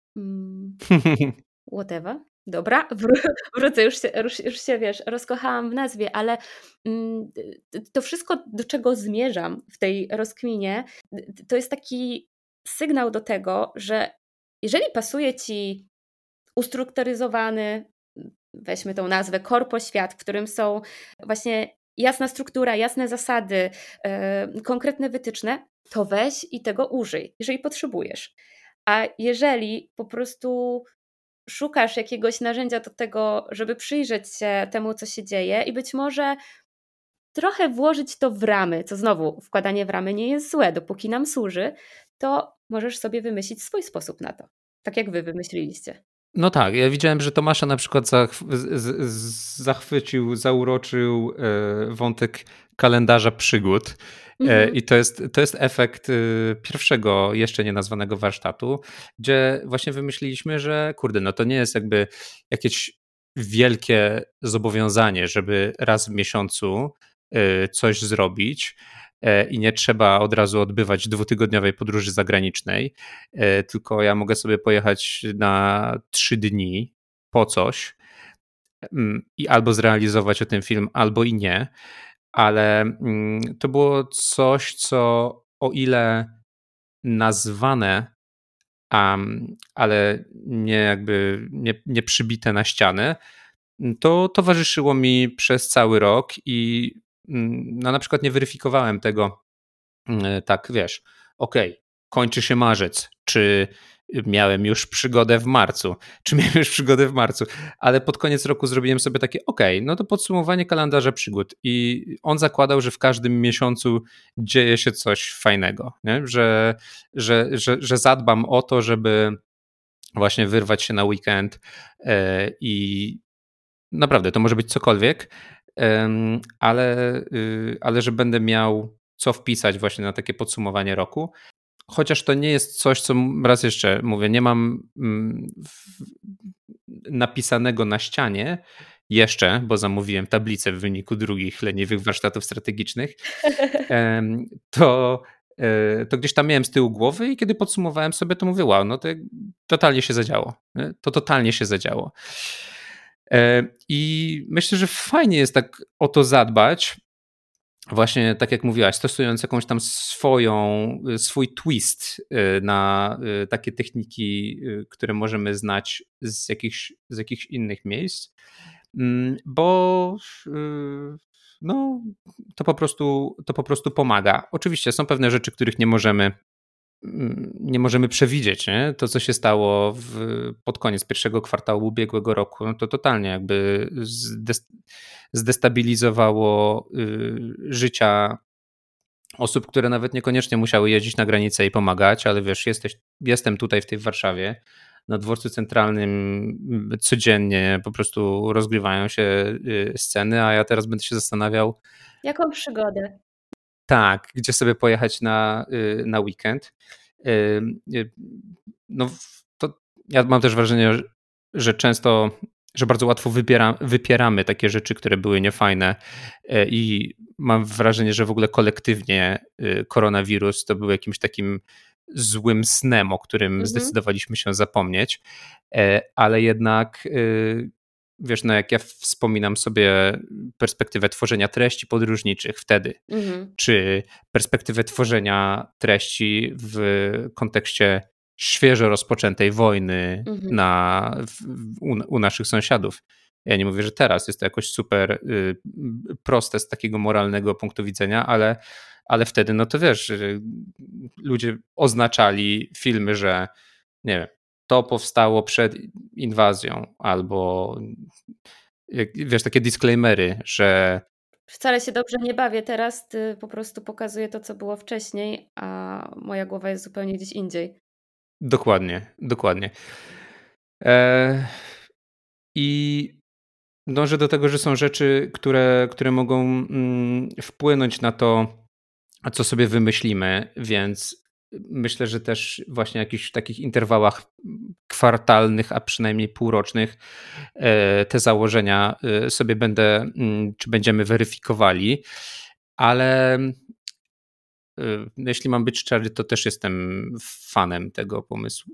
A: Whatever. Dobra, wrócę, już się wiesz, rozkochałam w nazwie, ale to wszystko, do czego zmierzam w tej rozkminie, to jest taki sygnał do tego, że jeżeli pasuje ci ustrukturyzowany, weźmy tą nazwę, korpoświat, w którym są właśnie jasna struktura, jasne zasady, konkretne wytyczne, to weź i tego użyj, jeżeli potrzebujesz. A jeżeli po prostu szukasz jakiegoś narzędzia do tego, żeby przyjrzeć się temu, co się dzieje i być może trochę włożyć to w ramy, co znowu wkładanie w ramy nie jest złe, dopóki nam służy, to możesz sobie wymyślić swój sposób na to, tak jak wy wymyśliliście.
B: No tak, ja widziałem, że Tomasza na przykład zachwycił, zauroczył wątek kalendarza przygód. I to jest efekt pierwszego, jeszcze nie nazwanego warsztatu, gdzie właśnie wymyśliliśmy, że kurde, no to nie jest jakby jakieś wielkie zobowiązanie, żeby raz w miesiącu coś zrobić i nie trzeba od razu odbywać 2-tygodniowej podróży zagranicznej, tylko ja mogę sobie pojechać na 3 dni po coś i albo zrealizować o tym film, albo i nie, ale to było coś, co o ile nazwane, ale nie przybite na ścianę, to towarzyszyło mi przez cały rok i no na przykład nie weryfikowałem tego tak, wiesz, okej, kończy się marzec, czy miałem już przygodę w marcu, ale pod koniec roku zrobiłem sobie takie, no to podsumowanie kalendarza przygód i on zakładał, że w każdym miesiącu dzieje się coś fajnego, nie? Że zadbam o to, żeby właśnie wyrwać się na weekend i naprawdę to może być cokolwiek, ale że będę miał co wpisać właśnie na takie podsumowanie roku. Chociaż to nie jest coś, co raz jeszcze mówię, nie mam napisanego na ścianie jeszcze, bo zamówiłem tablicę w wyniku drugich leniwych warsztatów strategicznych, to gdzieś tam miałem z tyłu głowy i kiedy podsumowałem sobie, to mówię, wow, no to totalnie się zadziało. Nie? To totalnie się zadziało. I myślę, że fajnie jest tak o to zadbać, właśnie tak jak mówiłaś, stosując jakąś tam swój twist na takie techniki, które możemy znać z jakichś innych miejsc, bo no, to po prostu pomaga. Oczywiście są pewne rzeczy, których nie możemy przewidzieć, nie? To, co się stało pod koniec pierwszego kwartału ubiegłego roku, no to totalnie jakby zdestabilizowało życia osób, które nawet niekoniecznie musiały jeździć na granicę i pomagać, ale wiesz, jestem tutaj w tej Warszawie, na dworcu centralnym codziennie po prostu rozgrywają się sceny, a ja teraz będę się zastanawiał,
A: jaką przygodę.
B: Tak, gdzie sobie pojechać na weekend. No to ja mam też wrażenie, że często, że bardzo łatwo wypieramy takie rzeczy, które były niefajne i mam wrażenie, że w ogóle kolektywnie koronawirus to był jakimś takim złym snem, o którym
A: Mhm.
B: zdecydowaliśmy się zapomnieć, ale jednak wiesz, no jak ja wspominam sobie perspektywę tworzenia treści podróżniczych wtedy,
A: Mhm.
B: czy perspektywę tworzenia treści w kontekście świeżo rozpoczętej wojny
A: Mhm.
B: u naszych sąsiadów. Ja nie mówię, że teraz jest to jakoś super proste z takiego moralnego punktu widzenia, ale wtedy, no to wiesz, ludzie oznaczali filmy, że nie wiem, to powstało przed inwazją, albo wiesz, takie disclaimery, że
A: Wcale się dobrze nie bawię teraz, ty po prostu pokazuję to, co było wcześniej, a moja głowa jest zupełnie gdzieś indziej.
B: dokładnie, dokładnie. E, I dążę do tego, że są rzeczy, które mogą wpłynąć na to, co sobie wymyślimy, więc myślę, że też właśnie w jakichś takich interwałach kwartalnych, a przynajmniej półrocznych te założenia sobie czy będziemy weryfikowali, ale no jeśli mam być szczery, to też jestem fanem tego pomysłu.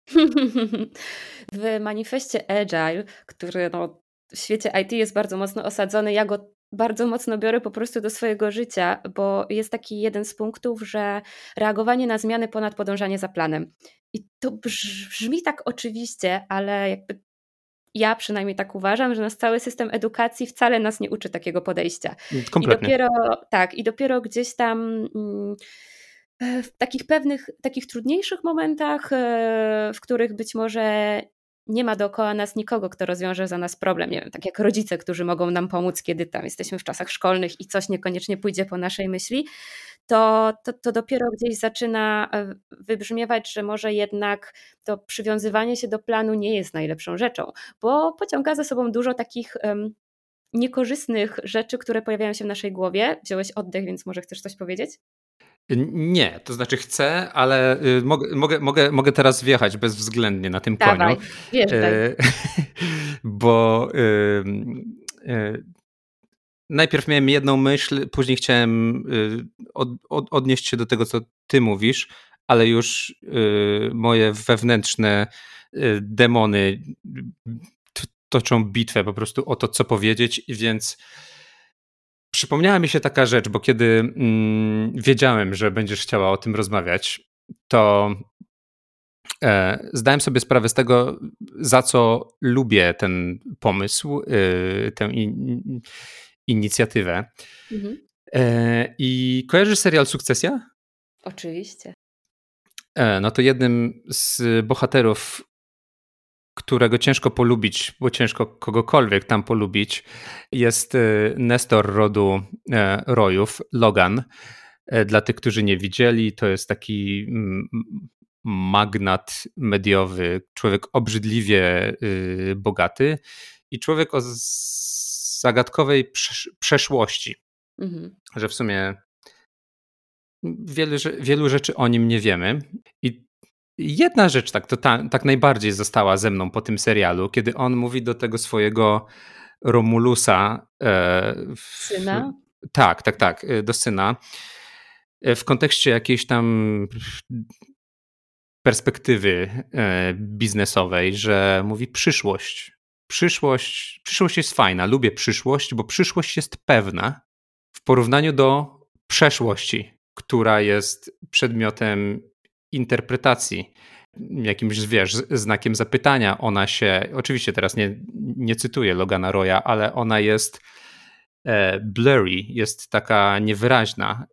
A: W manifestie Agile, który no, w świecie IT jest bardzo mocno osadzony, ja go bardzo mocno biorę po prostu do swojego życia, bo jest taki jeden z punktów, że reagowanie na zmiany ponad podążanie za planem. I to brzmi tak oczywiście, ale jakby ja przynajmniej tak uważam, że nasz cały system edukacji wcale nas nie uczy takiego podejścia. I
B: Kompletnie.
A: dopiero tak, i dopiero gdzieś tam w takich pewnych, takich trudniejszych momentach, w których być może nie ma dookoła nas nikogo, kto rozwiąże za nas problem. Nie wiem, tak jak rodzice, którzy mogą nam pomóc, kiedy tam jesteśmy w czasach szkolnych i coś niekoniecznie pójdzie po naszej myśli, to dopiero gdzieś zaczyna wybrzmiewać, że może jednak to przywiązywanie się do planu nie jest najlepszą rzeczą, bo pociąga za sobą dużo takich niekorzystnych rzeczy, które pojawiają się w naszej głowie. Wziąłeś oddech, więc może chcesz coś powiedzieć?
B: Nie, to znaczy chcę, ale mogę teraz wjechać bezwzględnie na tym koniu,
A: Dawaj, wjeżdżaj.
B: y, bo najpierw miałem jedną myśl, później chciałem odnieść się do tego, co ty mówisz, ale już moje wewnętrzne demony toczą bitwę po prostu o to, co powiedzieć, więc przypomniała mi się taka rzecz, bo kiedy wiedziałem, że będziesz chciała o tym rozmawiać, to zdałem sobie sprawę z tego, za co lubię ten pomysł, tę inicjatywę.
A: Mhm.
B: I kojarzysz serial Sukcesja?
A: Oczywiście.
B: No to jednym z bohaterów, którego ciężko polubić, bo ciężko kogokolwiek tam polubić, jest Nestor rodu Royów, Logan. Dla tych, którzy nie widzieli, to jest taki magnat mediowy, człowiek obrzydliwie bogaty i człowiek o zagadkowej przeszłości,
A: Mhm.
B: że w sumie wielu rzeczy o nim nie wiemy. I jedna rzecz tak najbardziej została ze mną po tym serialu, kiedy on mówi do tego swojego Romulusa.
A: Syna?
B: Tak, do syna. W kontekście jakiejś tam perspektywy biznesowej, że mówi przyszłość. Przyszłość jest fajna, lubię przyszłość, bo przyszłość jest pewna w porównaniu do przeszłości, która jest przedmiotem interpretacji, jakimś, wiesz, znakiem zapytania. Ona się, oczywiście teraz nie cytuję Logana Roya, ale ona jest blurry, jest taka niewyraźna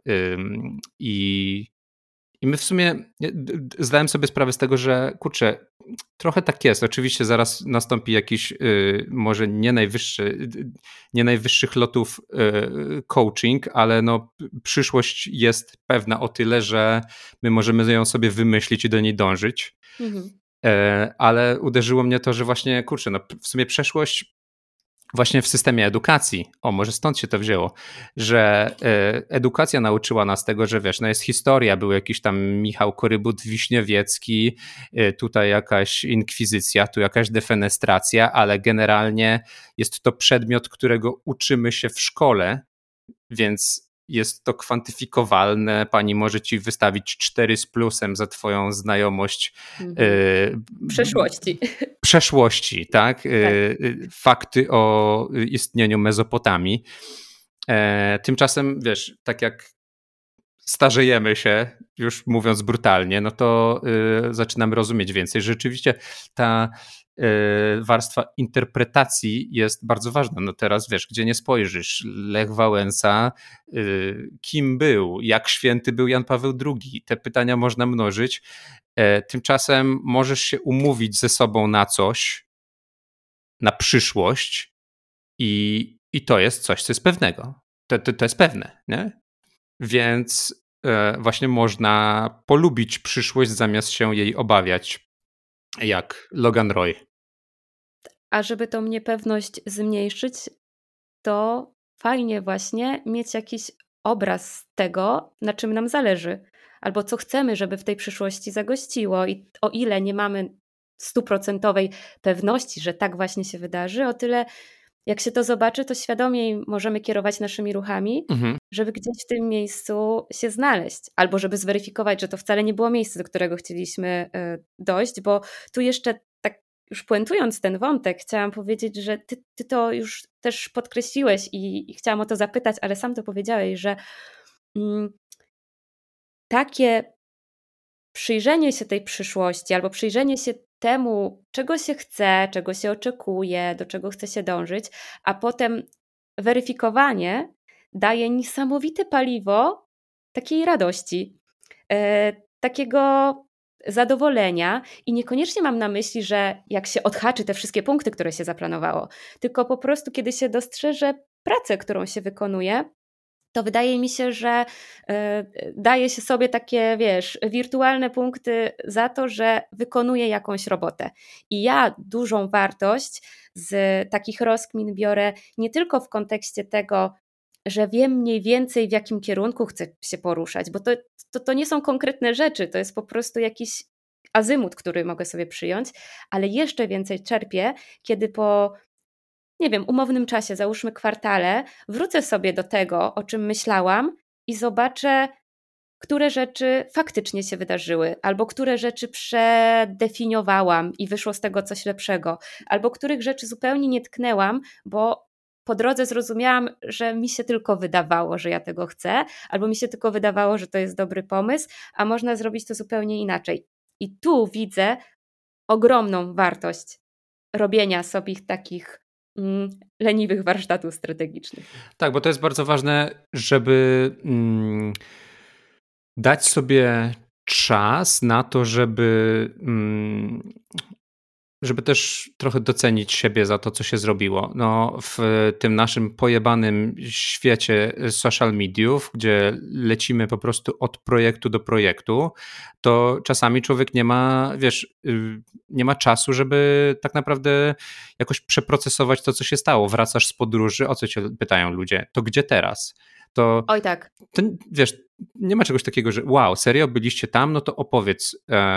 B: i my w sumie zdałem sobie sprawę z tego, że kurczę, trochę tak jest. Oczywiście zaraz nastąpi jakiś może nie najwyższych lotów coaching, ale no przyszłość jest pewna o tyle, że my możemy ją sobie wymyślić i do niej dążyć.
A: Mhm.
B: Ale uderzyło mnie to, że właśnie kurczę, no w sumie przeszłość właśnie w systemie edukacji, może stąd się to wzięło, że edukacja nauczyła nas tego, że wiesz, no jest historia, był jakiś tam Michał Korybut-Wiśniowiecki, tutaj jakaś inkwizycja, tu jakaś defenestracja, ale generalnie jest to przedmiot, którego uczymy się w szkole, więc jest to kwantyfikowalne. Pani może ci wystawić 4 z plusem za twoją znajomość przeszłości, tak?
A: Tak.
B: Fakty o istnieniu Mezopotamii. Tymczasem, wiesz, tak jak starzejemy się, już mówiąc brutalnie, no to zaczynamy rozumieć więcej. Rzeczywiście ta warstwa interpretacji jest bardzo ważna. No teraz wiesz, gdzie nie spojrzysz, Lech Wałęsa, kim był, jak święty był Jan Paweł II, te pytania można mnożyć. Tymczasem możesz się umówić ze sobą na coś, na przyszłość i to jest coś, co jest pewnego. To jest pewne, nie? Więc właśnie można polubić przyszłość zamiast się jej obawiać, jak Logan Roy.
A: A żeby tą niepewność zmniejszyć, to fajnie właśnie mieć jakiś obraz tego, na czym nam zależy, albo co chcemy, żeby w tej przyszłości zagościło. I o ile nie mamy 100% pewności, że tak właśnie się wydarzy, o tyle jak się to zobaczy, to świadomiej możemy kierować naszymi ruchami, żeby gdzieś w tym miejscu się znaleźć, albo żeby zweryfikować, że to wcale nie było miejsce, do którego chcieliśmy dojść, bo tu jeszcze tak już puentując ten wątek, chciałam powiedzieć, że ty to już też podkreśliłeś i chciałam o to zapytać, ale sam to powiedziałeś, że takie przyjrzenie się tej przyszłości albo przyjrzenie się temu, czego się chce, czego się oczekuje, do czego chce się dążyć, a potem weryfikowanie daje niesamowite paliwo takiej radości, takiego zadowolenia i niekoniecznie mam na myśli, że jak się odhaczy te wszystkie punkty, które się zaplanowało, tylko po prostu kiedy się dostrzeże pracę, którą się wykonuje, to wydaje mi się, że daje się sobie takie, wiesz, wirtualne punkty za to, że wykonuje jakąś robotę. I ja dużą wartość z takich rozkmin biorę nie tylko w kontekście tego, że wiem mniej więcej, w jakim kierunku chcę się poruszać, bo to nie są konkretne rzeczy, to jest po prostu jakiś azymut, który mogę sobie przyjąć, ale jeszcze więcej czerpię, kiedy po nie wiem, umownym czasie, załóżmy kwartale, wrócę sobie do tego, o czym myślałam i zobaczę, które rzeczy faktycznie się wydarzyły, albo które rzeczy przedefiniowałam i wyszło z tego coś lepszego, albo których rzeczy zupełnie nie tknęłam, bo po drodze zrozumiałam, że mi się tylko wydawało, że ja tego chcę, albo mi się tylko wydawało, że to jest dobry pomysł, a można zrobić to zupełnie inaczej. I tu widzę ogromną wartość robienia sobie takich leniwych warsztatów strategicznych.
B: Tak, bo to jest bardzo ważne, żeby dać sobie czas na to, żeby też trochę docenić siebie za to, co się zrobiło. No, w tym naszym pojebanym świecie social mediów, gdzie lecimy po prostu od projektu do projektu, to czasami człowiek nie ma, wiesz, nie ma czasu, żeby tak naprawdę jakoś przeprocesować to, co się stało. Wracasz z podróży, o co cię pytają ludzie? To gdzie teraz?
A: Oj tak.
B: To, wiesz, nie ma czegoś takiego, że wow, serio, byliście tam, no to opowiedz.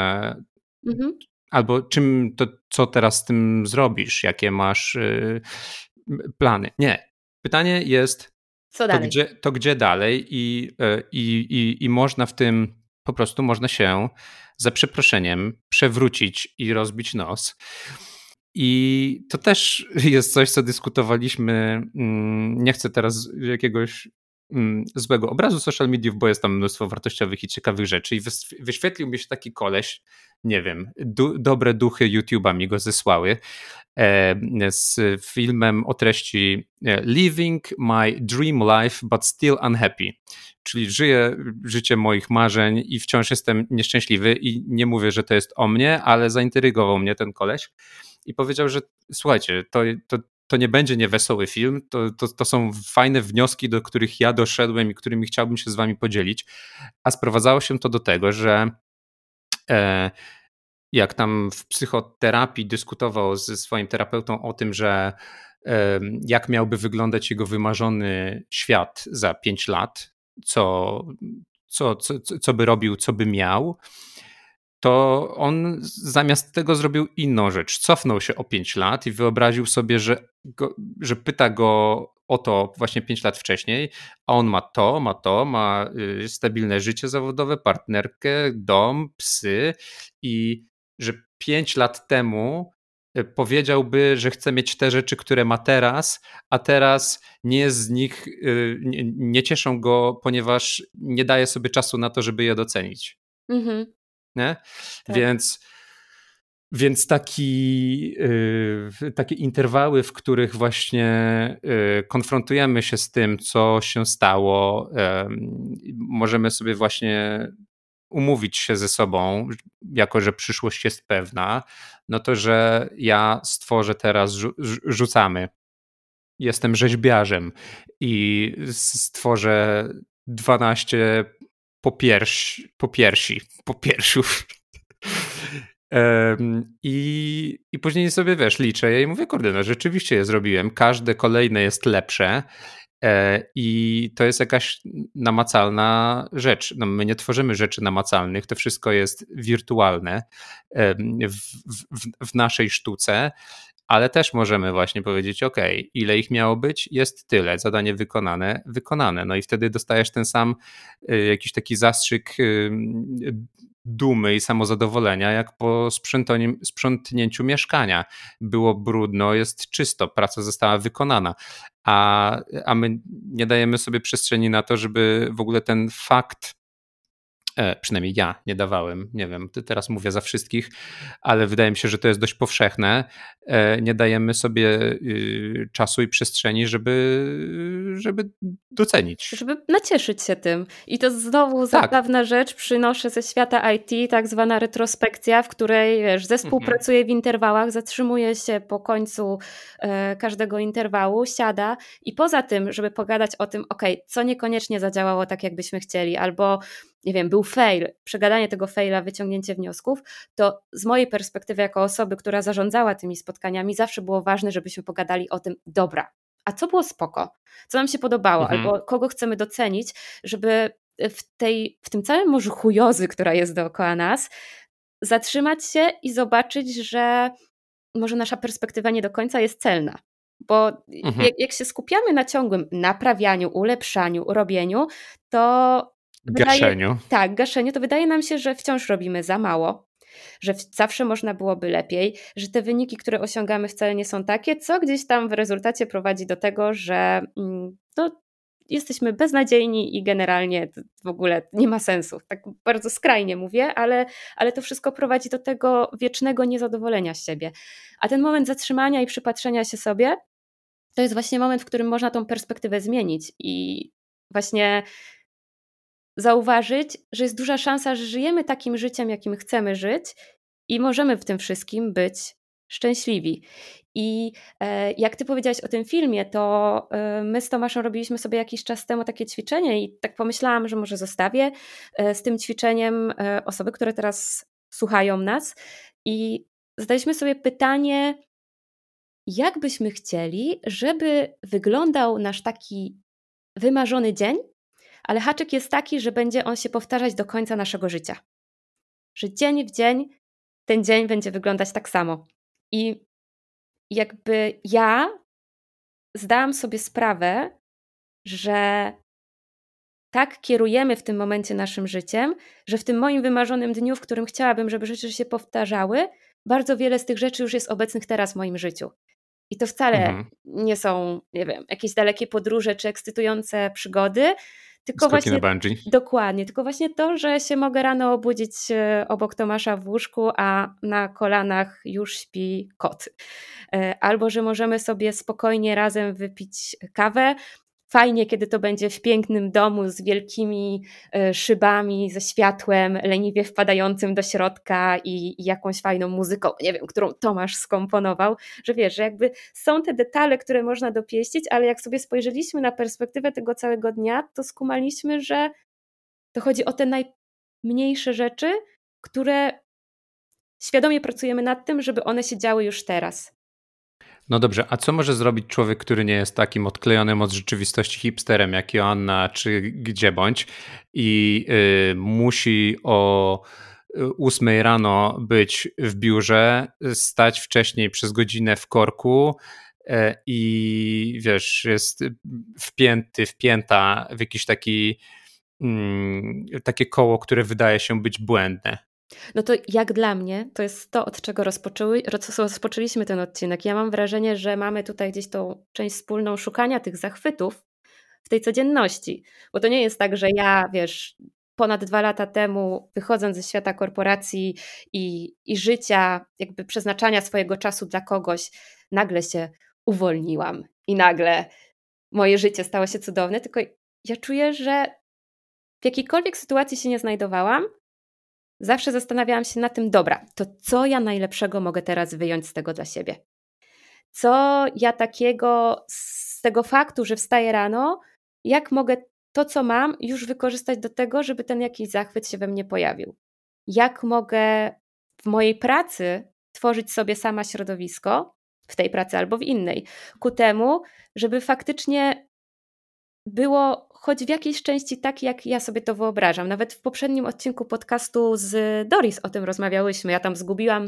B: Albo co teraz z tym zrobisz? Jakie masz plany? Nie. Pytanie jest,
A: co dalej?
B: To gdzie dalej i można w tym, po prostu można się za przeproszeniem przewrócić i rozbić nos. I to też jest coś, co dyskutowaliśmy. Nie chcę teraz jakiegoś złego obrazu social mediów, bo jest tam mnóstwo wartościowych i ciekawych rzeczy i wyświetlił mi się taki koleś, nie wiem, dobre duchy YouTube'a mi go zesłały, z filmem o treści Living my dream life but still unhappy, czyli żyję życie moich marzeń i wciąż jestem nieszczęśliwy i nie mówię, że to jest o mnie, ale zaintrygował mnie ten koleś i powiedział, że słuchajcie, to nie będzie niewesoły film, to są fajne wnioski, do których ja doszedłem i którymi chciałbym się z wami podzielić, a sprowadzało się to do tego, że jak tam w psychoterapii dyskutował ze swoim terapeutą o tym, że jak miałby wyglądać jego wymarzony świat za 5 lat, co by robił, co by miał, to on zamiast tego zrobił inną rzecz. Cofnął się o 5 lat i wyobraził sobie, że pyta go o to właśnie 5 lat wcześniej, a on ma stabilne życie zawodowe, partnerkę, dom, psy i że 5 lat temu powiedziałby, że chce mieć te rzeczy, które ma teraz, a teraz nie jest z nich, nie cieszą go, ponieważ nie daje sobie czasu na to, żeby je docenić.
A: Mhm.
B: Nie?
A: Tak.
B: Więc takie interwały, w których właśnie konfrontujemy się z tym, co się stało, możemy sobie właśnie umówić się ze sobą, jako że przyszłość jest pewna, no to, że ja stworzę teraz, rzucamy. Jestem rzeźbiarzem i stworzę 12 popiersiów. I później sobie, liczę je i mówię, kurde, no rzeczywiście je zrobiłem. Każde kolejne jest lepsze i to jest jakaś namacalna rzecz. No, my nie tworzymy rzeczy namacalnych, to wszystko jest wirtualne w naszej sztuce, ale też możemy właśnie powiedzieć, ok, ile ich miało być? Jest tyle, zadanie wykonane. No i wtedy dostajesz ten sam jakiś taki zastrzyk dumy i samozadowolenia, jak po sprzątnięciu mieszkania. Było brudno, jest czysto, praca została wykonana, a my nie dajemy sobie przestrzeni na to, żeby w ogóle ten fakt, przynajmniej ja nie dawałem, nie wiem, teraz mówię za wszystkich, ale wydaje mi się, że to jest dość powszechne. Nie dajemy sobie czasu i przestrzeni, żeby docenić.
A: Żeby nacieszyć się tym. I to znowu zabawna rzecz, przynoszę ze świata IT, tak zwana retrospekcja, w której zespół pracuje w interwałach, zatrzymuje się po końcu każdego interwału, siada i poza tym, żeby pogadać o tym, co niekoniecznie zadziałało tak, jakbyśmy chcieli, albo nie wiem, był fail, przegadanie tego faila, wyciągnięcie wniosków, to z mojej perspektywy jako osoby, która zarządzała tymi spotkaniami, zawsze było ważne, żebyśmy pogadali o tym, dobra, a co było spoko, co nam się podobało, albo kogo chcemy docenić, żeby w tym całym morzu chujozy, która jest dookoła nas, zatrzymać się i zobaczyć, że może nasza perspektywa nie do końca jest celna. Bo jak się skupiamy na ciągłym naprawianiu, ulepszaniu, robieniu, to gaszeniu, to wydaje nam się, że wciąż robimy za mało, że zawsze można byłoby lepiej, że te wyniki, które osiągamy, wcale nie są takie, co gdzieś tam w rezultacie prowadzi do tego, że jesteśmy beznadziejni i generalnie w ogóle nie ma sensu. Tak bardzo skrajnie mówię, ale to wszystko prowadzi do tego wiecznego niezadowolenia z siebie. A ten moment zatrzymania i przypatrzenia się sobie, to jest właśnie moment, w którym można tą perspektywę zmienić i właśnie zauważyć, że jest duża szansa, że żyjemy takim życiem, jakim chcemy żyć i możemy w tym wszystkim być szczęśliwi. I jak ty powiedziałaś o tym filmie, to my z Tomaszem robiliśmy sobie jakiś czas temu takie ćwiczenie i tak pomyślałam, że może zostawię z tym ćwiczeniem osoby, które teraz słuchają nas i zadaliśmy sobie pytanie, jak byśmy chcieli, żeby wyglądał nasz taki wymarzony dzień, ale haczyk jest taki, że będzie on się powtarzać do końca naszego życia. Że dzień w dzień ten dzień będzie wyglądać tak samo. I jakby ja zdałam sobie sprawę, że tak kierujemy w tym momencie naszym życiem, że w tym moim wymarzonym dniu, w którym chciałabym, żeby rzeczy się powtarzały, bardzo wiele z tych rzeczy już jest obecnych teraz w moim życiu. I to wcale nie są, nie wiem, jakieś dalekie podróże czy ekscytujące przygody, tylko
B: skoki
A: właśnie
B: na bungee.
A: Dokładnie, tylko właśnie to, że się mogę rano obudzić obok Tomasza w łóżku, a na kolanach już śpi kot. Albo że możemy sobie spokojnie razem wypić kawę. Fajnie, kiedy to będzie w pięknym domu z wielkimi szybami, ze światłem leniwie wpadającym do środka i jakąś fajną muzyką, nie wiem, którą Tomasz skomponował, że wiesz, że jakby są te detale, które można dopieścić, ale jak sobie spojrzeliśmy na perspektywę tego całego dnia, to skumaliśmy, że to chodzi o te najmniejsze rzeczy, które świadomie pracujemy nad tym, żeby one się działy już teraz.
B: No dobrze, a co może zrobić człowiek, który nie jest takim odklejonym od rzeczywistości hipsterem jak Joanna czy gdzie bądź i musi o 8 rano być w biurze, stać wcześniej przez godzinę w korku i wiesz, jest wpięta w jakiś takie koło, które wydaje się być błędne.
A: No to jak dla mnie, to jest to, od czego rozpoczęliśmy ten odcinek. Ja mam wrażenie, że mamy tutaj gdzieś tą część wspólną szukania tych zachwytów w tej codzienności. Bo to nie jest tak, że ja, wiesz, ponad 2 lata temu, wychodząc ze świata korporacji i życia, jakby przeznaczania swojego czasu dla kogoś, nagle się uwolniłam i nagle moje życie stało się cudowne, tylko ja czuję, że w jakiejkolwiek sytuacji się nie znajdowałam, zawsze zastanawiałam się na tym, dobra, to co ja najlepszego mogę teraz wyjąć z tego dla siebie? Co ja takiego z tego faktu, że wstaję rano, jak mogę to, co mam, już wykorzystać do tego, żeby ten jakiś zachwyt się we mnie pojawił? Jak mogę w mojej pracy tworzyć sobie sama środowisko, w tej pracy albo w innej, ku temu, żeby faktycznie było choć w jakiejś części tak, jak ja sobie to wyobrażam. Nawet w poprzednim odcinku podcastu z Doris o tym rozmawiałyśmy. Ja tam zgubiłam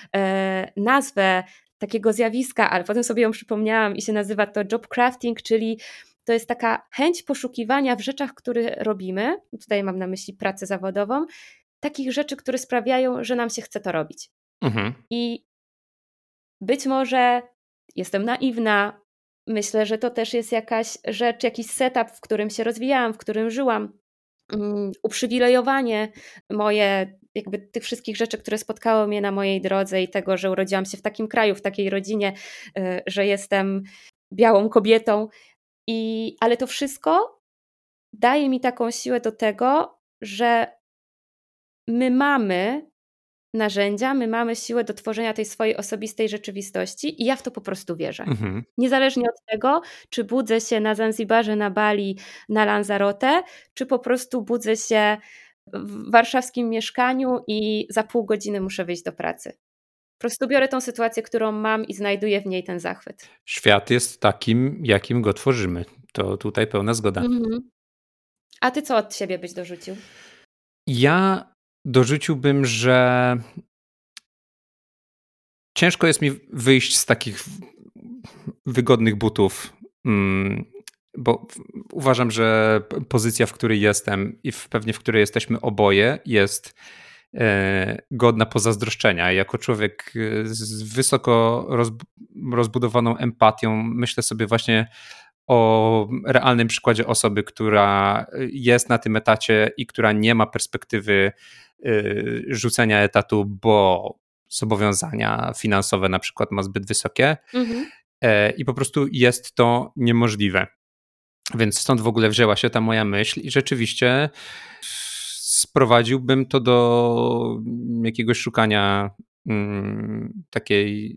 A: nazwę takiego zjawiska, ale potem sobie ją przypomniałam i się nazywa to job crafting, czyli to jest taka chęć poszukiwania w rzeczach, które robimy, tutaj mam na myśli pracę zawodową, takich rzeczy, które sprawiają, że nam się chce to robić.
B: Mhm.
A: I być może jestem naiwna, myślę, że to też jest jakaś rzecz, jakiś setup, w którym się rozwijałam, w którym żyłam, uprzywilejowanie moje, jakby tych wszystkich rzeczy, które spotkały mnie na mojej drodze i tego, że urodziłam się w takim kraju, w takiej rodzinie, że jestem białą kobietą. Ale to wszystko daje mi taką siłę do tego, że my mamy narzędzia, my mamy siłę do tworzenia tej swojej osobistej rzeczywistości i ja w to po prostu wierzę.
B: Mhm.
A: Niezależnie od tego, czy budzę się na Zanzibarze, na Bali, na Lanzarote, czy po prostu budzę się w warszawskim mieszkaniu i za pół godziny muszę wyjść do pracy. Po prostu biorę tą sytuację, którą mam i znajduję w niej ten zachwyt.
B: Świat jest takim, jakim go tworzymy. To tutaj pełna zgoda.
A: Mhm. A ty co od siebie byś dorzucił?
B: Ja dorzuciłbym, że ciężko jest mi wyjść z takich wygodnych butów, bo uważam, że pozycja, w której jestem i pewnie w której jesteśmy oboje, jest godna pozazdroszczenia. Jako człowiek z wysoko rozbudowaną empatią myślę sobie właśnie o realnym przykładzie osoby, która jest na tym etacie i która nie ma perspektywy rzucenia etatu, bo zobowiązania finansowe na przykład ma zbyt wysokie i po prostu jest to niemożliwe. Więc stąd w ogóle wzięła się ta moja myśl i rzeczywiście sprowadziłbym to do jakiegoś szukania takiej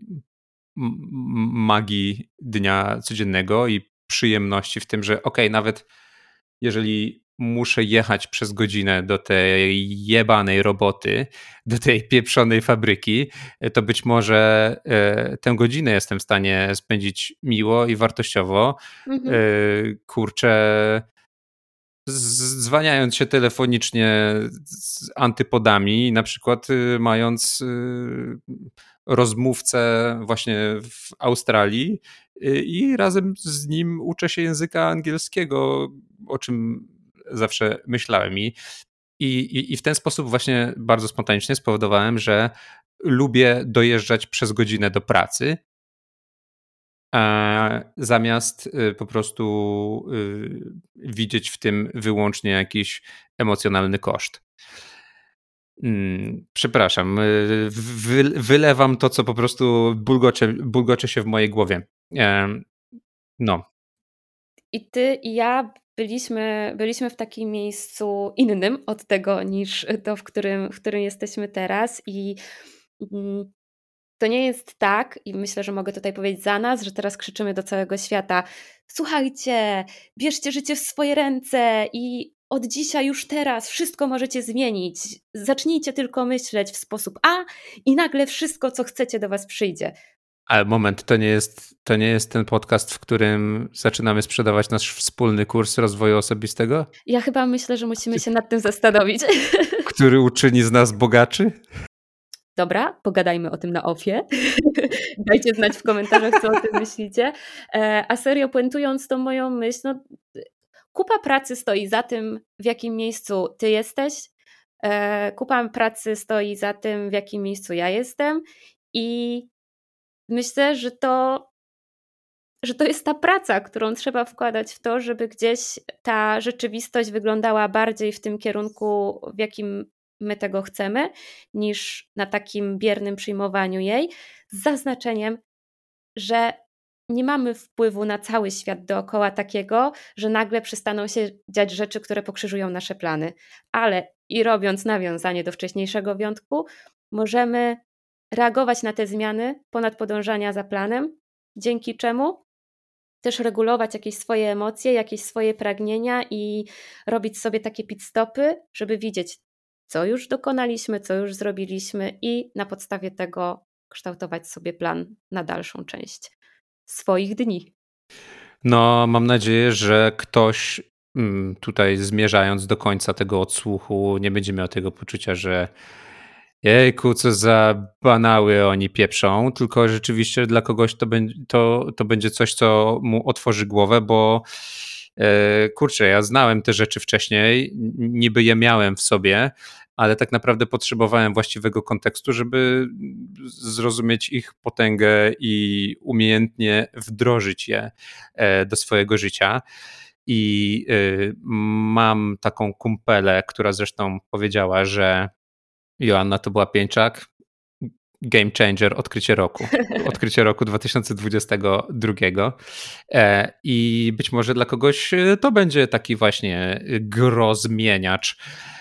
B: magii dnia codziennego i przyjemności w tym, że nawet jeżeli muszę jechać przez godzinę do tej jebanej roboty, do tej pieprzonej fabryki, to być może tę godzinę jestem w stanie spędzić miło i wartościowo. Kurczę, zwaniając się telefonicznie z antypodami, na przykład mając rozmówcę właśnie w Australii i razem z nim uczę się języka angielskiego, o czym zawsze myślałem. I w ten sposób właśnie bardzo spontanicznie spowodowałem, że lubię dojeżdżać przez godzinę do pracy, zamiast po prostu widzieć w tym wyłącznie jakiś emocjonalny koszt. Przepraszam, wylewam to, co po prostu bulgocze się w mojej głowie. No.
A: I ty i ja byliśmy w takim miejscu innym od tego niż to, w którym jesteśmy teraz i to nie jest tak, i myślę, że mogę tutaj powiedzieć za nas, że teraz krzyczymy do całego świata: słuchajcie, bierzcie życie w swoje ręce i od dzisiaj, już teraz wszystko możecie zmienić. Zacznijcie tylko myśleć w sposób A i nagle wszystko, co chcecie, do was przyjdzie.
B: Ale moment, to nie jest ten podcast, w którym zaczynamy sprzedawać nasz wspólny kurs rozwoju osobistego?
A: Ja chyba myślę, że musimy się nad tym zastanowić.
B: Który uczyni z nas bogaczy?
A: Dobra, pogadajmy o tym na offie. Dajcie znać w komentarzach, co o tym myślicie. A serio, puentując tą moją myśl, no, kupa pracy stoi za tym, w jakim miejscu ty jesteś. Kupa pracy stoi za tym, w jakim miejscu ja jestem. I myślę, że to jest ta praca, którą trzeba wkładać w to, żeby gdzieś ta rzeczywistość wyglądała bardziej w tym kierunku, w jakim my tego chcemy, niż na takim biernym przyjmowaniu jej, z zaznaczeniem, że nie mamy wpływu na cały świat dookoła takiego, że nagle przestaną się dziać rzeczy, które pokrzyżują nasze plany. Ale i robiąc nawiązanie do wcześniejszego wątku, możemy reagować na te zmiany ponad podążania za planem, dzięki czemu też regulować jakieś swoje emocje, jakieś swoje pragnienia i robić sobie takie pit stopy, żeby widzieć, co już dokonaliśmy, co już zrobiliśmy i na podstawie tego kształtować sobie plan na dalszą część swoich dni.
B: No, mam nadzieję, że ktoś tutaj zmierzając do końca tego odsłuchu nie będzie miał tego poczucia, że jejku, co za banały oni pieprzą, tylko rzeczywiście dla kogoś to będzie coś, co mu otworzy głowę, bo kurczę, ja znałem te rzeczy wcześniej, niby je miałem w sobie, ale tak naprawdę potrzebowałem właściwego kontekstu, żeby zrozumieć ich potęgę i umiejętnie wdrożyć je do swojego życia. I mam taką kumpelę, która zresztą powiedziała, że Joanna to była Pieńczak, game changer, odkrycie roku 2022. I być może dla kogoś to będzie taki właśnie grozmieniacz,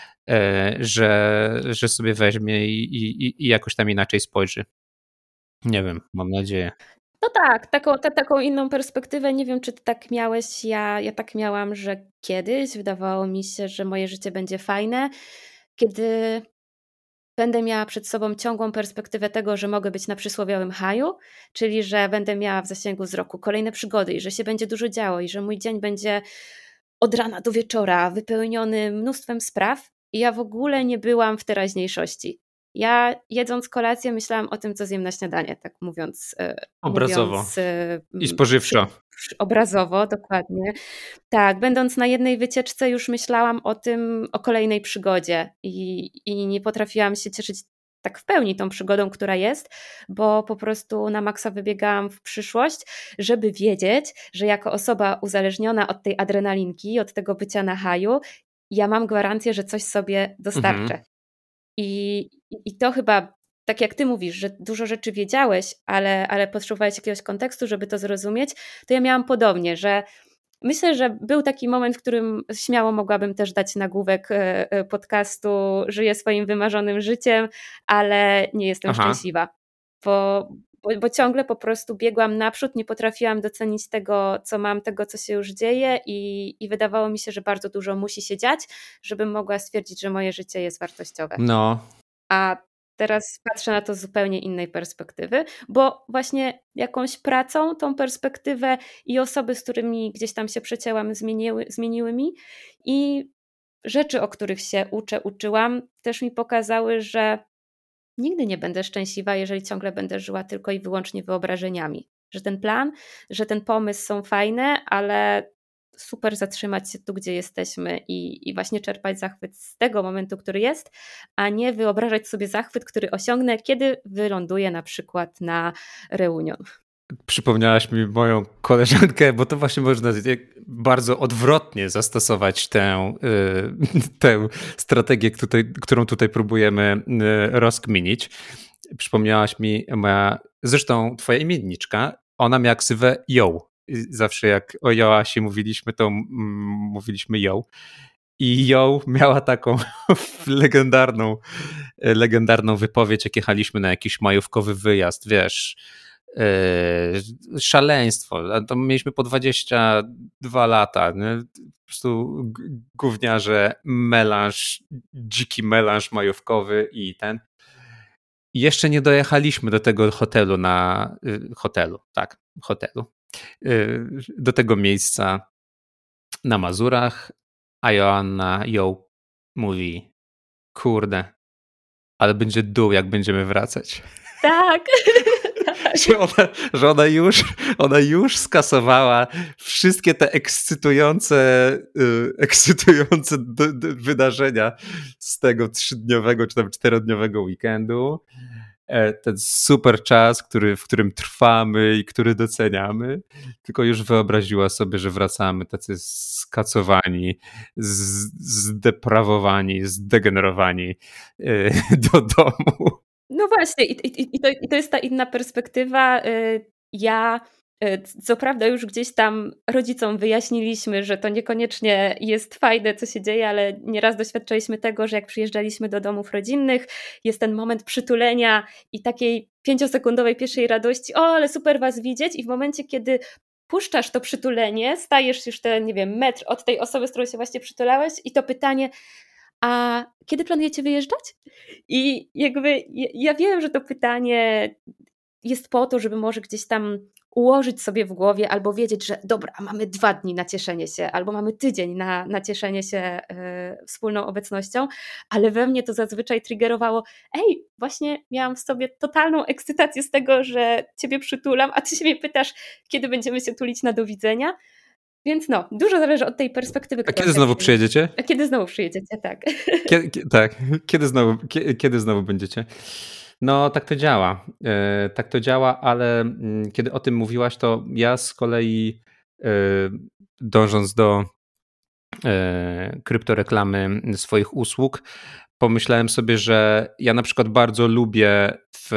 B: że sobie weźmie i jakoś tam inaczej spojrzy. Nie wiem, mam nadzieję.
A: No tak, taką inną perspektywę. Nie wiem, czy ty tak miałeś. Ja tak miałam, że kiedyś wydawało mi się, że moje życie będzie fajne, kiedy będę miała przed sobą ciągłą perspektywę tego, że mogę być na przysłowiowym haju, czyli że będę miała w zasięgu wzroku kolejne przygody i że się będzie dużo działo i że mój dzień będzie od rana do wieczora wypełniony mnóstwem spraw i ja w ogóle nie byłam w teraźniejszości. Ja jedząc kolację myślałam o tym, co zjem na śniadanie, tak mówiąc,
B: Obrazowo
A: mówiąc
B: i spożywczo.
A: obrazowo, dokładnie. Tak, będąc na jednej wycieczce już myślałam o tym, o kolejnej przygodzie i nie potrafiłam się cieszyć tak w pełni tą przygodą, która jest, bo po prostu na maksa wybiegałam w przyszłość, żeby wiedzieć, że jako osoba uzależniona od tej adrenalinki, od tego bycia na haju, ja mam gwarancję, że coś sobie dostarczę. I to chyba, tak jak ty mówisz, że dużo rzeczy wiedziałeś, ale potrzebowałeś jakiegoś kontekstu, żeby to zrozumieć, to ja miałam podobnie, że myślę, że był taki moment, w którym śmiało mogłabym też dać nagłówek podcastu Żyję swoim wymarzonym życiem, ale nie jestem szczęśliwa, bo ciągle po prostu biegłam naprzód, nie potrafiłam docenić tego, co mam, tego, co się już dzieje i wydawało mi się, że bardzo dużo musi się dziać, żebym mogła stwierdzić, że moje życie jest wartościowe.
B: No.
A: A teraz patrzę na to z zupełnie innej perspektywy, bo właśnie jakąś pracą tą perspektywę i osoby, z którymi gdzieś tam się przecięłam, zmieniły mi i rzeczy, o których się uczyłam, też mi pokazały, że nigdy nie będę szczęśliwa, jeżeli ciągle będę żyła tylko i wyłącznie wyobrażeniami. Że ten plan, że ten pomysł są fajne, ale super zatrzymać się tu, gdzie jesteśmy i właśnie czerpać zachwyt z tego momentu, który jest, a nie wyobrażać sobie zachwyt, który osiągnę, kiedy wyląduję na przykład na reunion.
B: Przypomniałaś mi moją koleżankę, bo to właśnie można bardzo odwrotnie zastosować tę strategię, którą tutaj próbujemy rozkminić. Przypomniałaś mi zresztą twoja imienniczka, ona miała ksywę Yo. Zawsze jak o Joasi mówiliśmy, to mówiliśmy Yo. I Yo miała taką legendarną wypowiedź, jak jechaliśmy na jakiś majówkowy wyjazd, wiesz, szaleństwo. To mieliśmy po 22 lata. Nie? Po prostu gówniarze, dziki melanż majówkowy i ten. jeszcze nie dojechaliśmy do tego hotelu do tego miejsca na Mazurach, a Joanna ją mówi, kurde, ale będzie dół, jak będziemy wracać.
A: Tak, tak.
B: Że ona już skasowała wszystkie te ekscytujące wydarzenia z tego 3-dniowego czy tam 4-dniowego weekendu. Ten super czas, w którym trwamy i który doceniamy, tylko już wyobraziła sobie, że wracamy tacy skacowani, zdeprawowani, zdegenerowani do domu.
A: No właśnie, i to jest ta inna perspektywa. Ja co prawda już gdzieś tam rodzicom wyjaśniliśmy, że to niekoniecznie jest fajne, co się dzieje, ale nieraz doświadczaliśmy tego, że jak przyjeżdżaliśmy do domów rodzinnych, jest ten moment przytulenia i takiej 5-sekundowej pierwszej radości, o, ale super was widzieć, i w momencie, kiedy puszczasz to przytulenie, stajesz już ten, nie wiem, metr od tej osoby, z którą się właśnie przytulałeś, i to pytanie, a kiedy planujecie wyjeżdżać? I jakby ja wiem, że to pytanie jest po to, żeby może gdzieś tam ułożyć sobie w głowie albo wiedzieć, że dobra, mamy 2 dni na cieszenie się, albo mamy tydzień na cieszenie się wspólną obecnością, ale we mnie to zazwyczaj triggerowało, ej, właśnie miałam w sobie totalną ekscytację z tego, że ciebie przytulam, a ty się mnie pytasz, kiedy będziemy się tulić na do widzenia. Więc no, dużo zależy od tej perspektywy.
B: A kiedy znowu przyjedziecie?
A: A kiedy znowu przyjedziecie, tak.
B: Tak, kiedy znowu będziecie? No, tak to działa. Tak to działa, ale kiedy o tym mówiłaś, to ja z kolei dążąc do kryptoreklamy swoich usług, pomyślałem sobie, że ja na przykład bardzo lubię w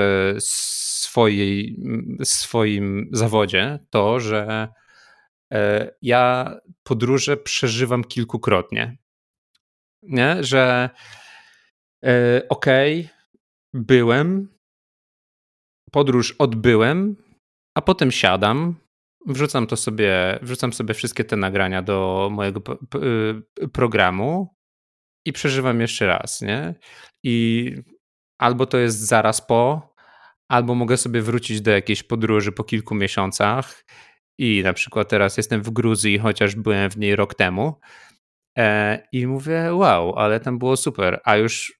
B: swoim zawodzie to, że ja podróże przeżywam kilkukrotnie. Nie? Że okej, byłem, podróż odbyłem, a potem siadam, wrzucam sobie wszystkie te nagrania do mojego programu i przeżywam jeszcze raz, nie? I albo to jest zaraz po, albo mogę sobie wrócić do jakiejś podróży po kilku miesiącach i na przykład teraz jestem w Gruzji, chociaż byłem w niej rok temu i mówię, wow, ale tam było super, a już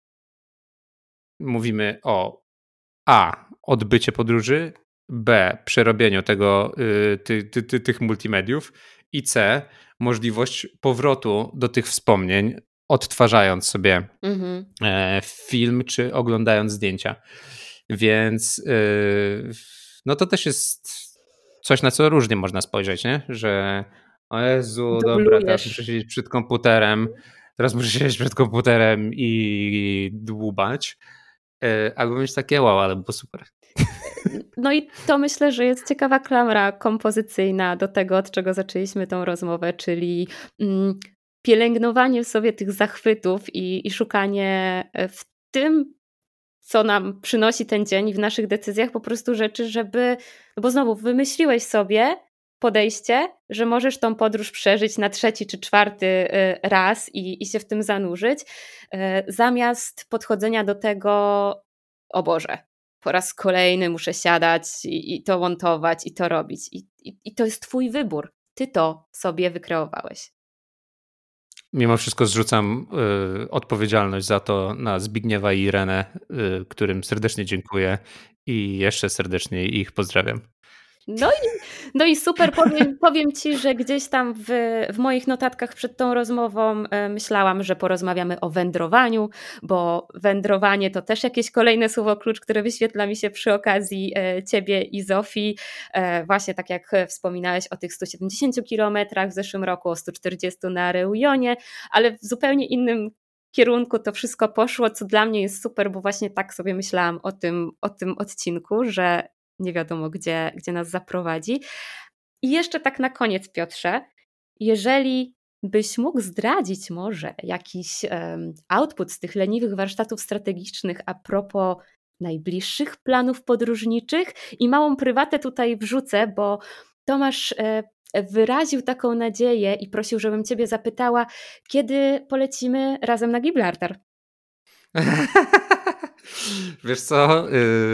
B: mówimy o A, odbycie podróży, B, przerobieniu tych multimediów i C, możliwość powrotu do tych wspomnień, odtwarzając sobie film czy oglądając zdjęcia. Więc no to też jest coś, na co różnie można spojrzeć, nie? Że o Jezu, dobra, teraz muszę siedzieć przed komputerem i dłubać. Albo mieć takie wow, ale było super.
A: No i to myślę, że jest ciekawa klamra kompozycyjna do tego, od czego zaczęliśmy tą rozmowę, czyli pielęgnowanie w sobie tych zachwytów i szukanie w tym, co nam przynosi ten dzień, w naszych decyzjach po prostu rzeczy, żeby, no bo znowu wymyśliłeś sobie podejście, że możesz tą podróż przeżyć na 3. czy 4. raz i się w tym zanurzyć, zamiast podchodzenia do tego, o Boże, po raz kolejny muszę siadać i to montować i to robić. I to jest twój wybór. Ty to sobie wykreowałeś.
B: Mimo wszystko zrzucam odpowiedzialność za to na Zbigniewa i Irenę, którym serdecznie dziękuję i jeszcze serdeczniej ich pozdrawiam.
A: No i super, powiem Ci, że gdzieś tam w moich notatkach przed tą rozmową myślałam, że porozmawiamy o wędrowaniu, bo wędrowanie to też jakieś kolejne słowo klucz, które wyświetla mi się przy okazji Ciebie i Zofii. Właśnie tak jak wspominałeś o tych 170 kilometrach w zeszłym roku, o 140 na Reunionie, ale w zupełnie innym kierunku to wszystko poszło, co dla mnie jest super, bo właśnie tak sobie myślałam o tym odcinku, że nie wiadomo, gdzie nas zaprowadzi. I jeszcze tak na koniec, Piotrze, jeżeli byś mógł zdradzić może jakiś output z tych leniwych warsztatów strategicznych a propos najbliższych planów podróżniczych, i małą prywatę tutaj wrzucę, bo Tomasz wyraził taką nadzieję i prosił, żebym Ciebie zapytała, kiedy polecimy razem na Gibraltar.
B: Wiesz co,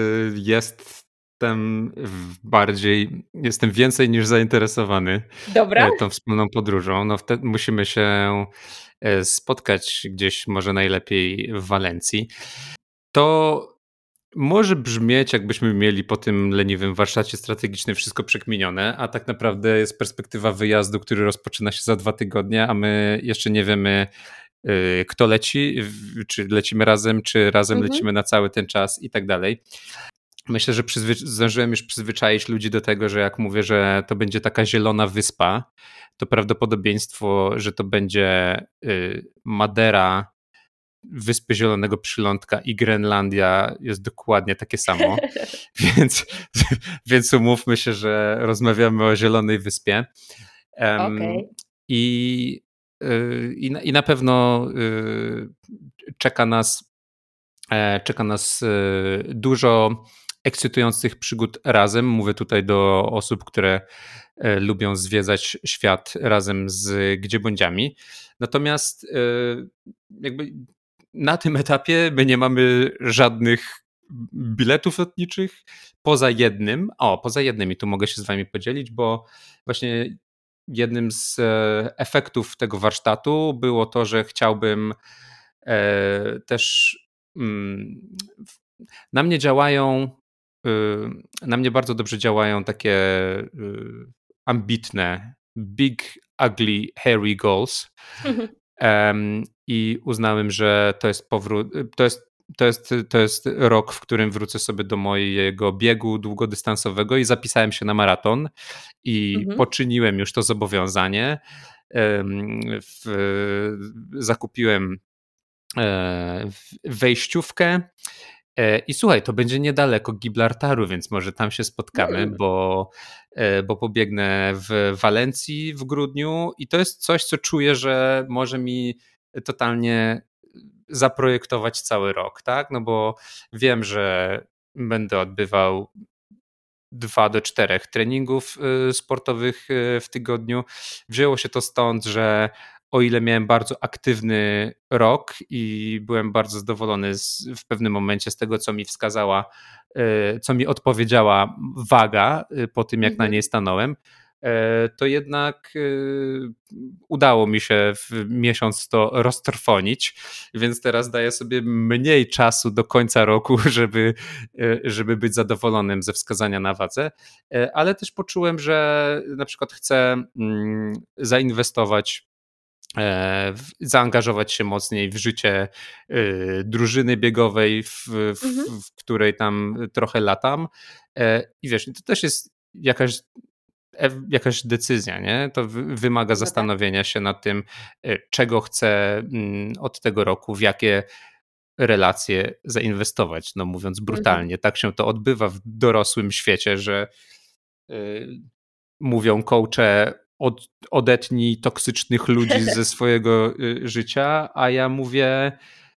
B: jestem więcej niż zainteresowany
A: Dobra?
B: tą wspólną podróżą. No wtedy musimy się spotkać gdzieś, może najlepiej w Walencji. To może brzmieć, jakbyśmy mieli po tym leniwym warsztacie strategicznym wszystko przekminione, a tak naprawdę jest perspektywa wyjazdu, który rozpoczyna się za 2 tygodnie, a my jeszcze nie wiemy, kto leci, czy lecimy razem, czy razem
A: Mhm.
B: lecimy na cały ten czas i tak dalej. Myślę, że zdążyłem już przyzwyczaić ludzi do tego, że jak mówię, że to będzie taka zielona wyspa, to prawdopodobieństwo, że to będzie Madera, Wyspy Zielonego Przylądka i Grenlandia jest dokładnie takie samo. Więc, więc umówmy się, że rozmawiamy o Zielonej Wyspie.
A: Okej.
B: I, i na pewno czeka nas dużo ekscytujących przygód razem. Mówię tutaj do osób, które lubią zwiedzać świat razem z gdziebądziami. Natomiast jakby na tym etapie my nie mamy żadnych biletów lotniczych poza jednym i tu mogę się z wami podzielić, bo właśnie jednym z efektów tego warsztatu było to, że chciałbym też na mnie na mnie bardzo dobrze działają takie ambitne big, ugly, hairy goals. I uznałem, że to jest powrót, to jest rok, w którym wrócę sobie do mojego biegu długodystansowego i zapisałem się na maraton i
A: Mhm.
B: poczyniłem już to zobowiązanie. Zakupiłem wejściówkę i słuchaj, to będzie niedaleko Gibraltaru, więc może tam się spotkamy,
A: Mm.
B: bo pobiegnę w Walencji w grudniu i to jest coś, co czuję, że może mi totalnie zaprojektować cały rok, tak? No bo wiem, że będę odbywał 2 do 4 treningów sportowych w tygodniu. Wzięło się to stąd, że o ile miałem bardzo aktywny rok i byłem bardzo zadowolony w pewnym momencie z tego, co mi wskazała, co mi odpowiedziała waga po tym, jak na
A: Mhm.
B: niej stanąłem, to jednak udało mi się w miesiąc to roztrwonić, więc teraz daję sobie mniej czasu do końca roku, żeby być zadowolonym ze wskazania na wadze, ale też poczułem, że na przykład chcę zainwestować, zaangażować się mocniej w życie drużyny biegowej,
A: Mhm.
B: w której tam trochę latam. I wiesz, to też jest jakaś decyzja, nie? To wymaga
A: No tak.
B: zastanowienia się nad tym, czego chcę od tego roku, w jakie relacje zainwestować, no mówiąc
A: Mhm.
B: brutalnie. Tak się to odbywa w dorosłym świecie, że mówią coache odetnij toksycznych ludzi ze swojego życia, a ja mówię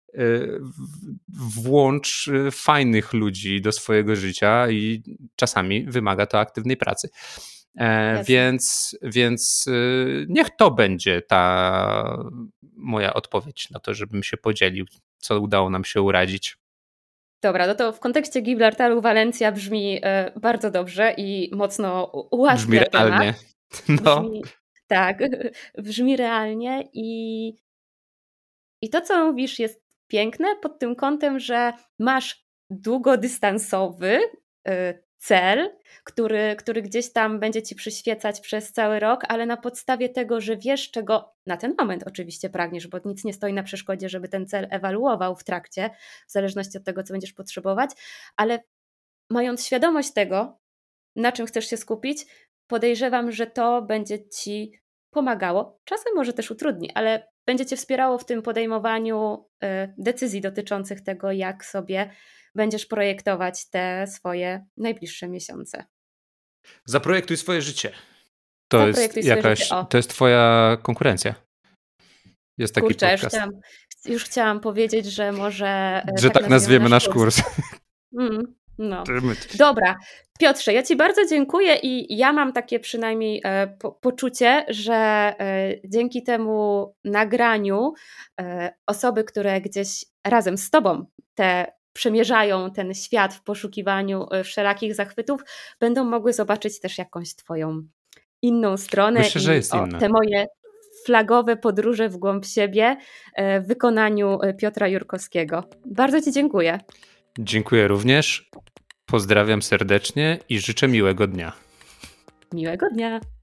B: włącz fajnych ludzi do swojego życia i czasami wymaga to aktywnej pracy.
A: Jasne.
B: Więc niech to będzie ta moja odpowiedź na to, żebym się podzielił, co udało nam się uradzić.
A: Dobra, no to w kontekście Gibraltaru Walencja brzmi bardzo dobrze i mocno
B: Brzmi
A: ułatwia temat.
B: realnie. No.
A: Brzmi tak, brzmi realnie i to, co mówisz, jest piękne pod tym kątem, że masz długodystansowy cel, który gdzieś tam będzie ci przyświecać przez cały rok, ale na podstawie tego, że wiesz, czego na ten moment oczywiście pragniesz, bo nic nie stoi na przeszkodzie, żeby ten cel ewaluował w trakcie, w zależności od tego, co będziesz potrzebować, ale mając świadomość tego, na czym chcesz się skupić, podejrzewam, że to będzie ci pomagało. Czasem może też utrudni, ale będzie cię wspierało w tym podejmowaniu decyzji dotyczących tego, jak sobie będziesz projektować te swoje najbliższe miesiące.
B: Zaprojektuj swoje życie.
A: Zaprojektuj swoje życie. O,
B: To jest twoja konkurencja. Jest taki
A: kurczę,
B: podcast.
A: już chciałam powiedzieć, że może
B: Że
A: tak
B: tak
A: nazwiemy
B: nazwiemy
A: nasz
B: nasz
A: kurs.
B: kurs.
A: No. Dobra, Piotrze, ja ci bardzo dziękuję i ja mam takie przynajmniej poczucie, że dzięki temu nagraniu osoby, które gdzieś razem z tobą te przemierzają ten świat w poszukiwaniu wszelakich zachwytów, będą mogły zobaczyć też jakąś twoją inną stronę.
B: Myślę, że jest inna.
A: Te moje flagowe podróże w głąb siebie w wykonaniu Piotra Jurkowskiego. Bardzo Ci dziękuję.
B: Dziękuję również. Pozdrawiam serdecznie i życzę miłego dnia.
A: Miłego dnia.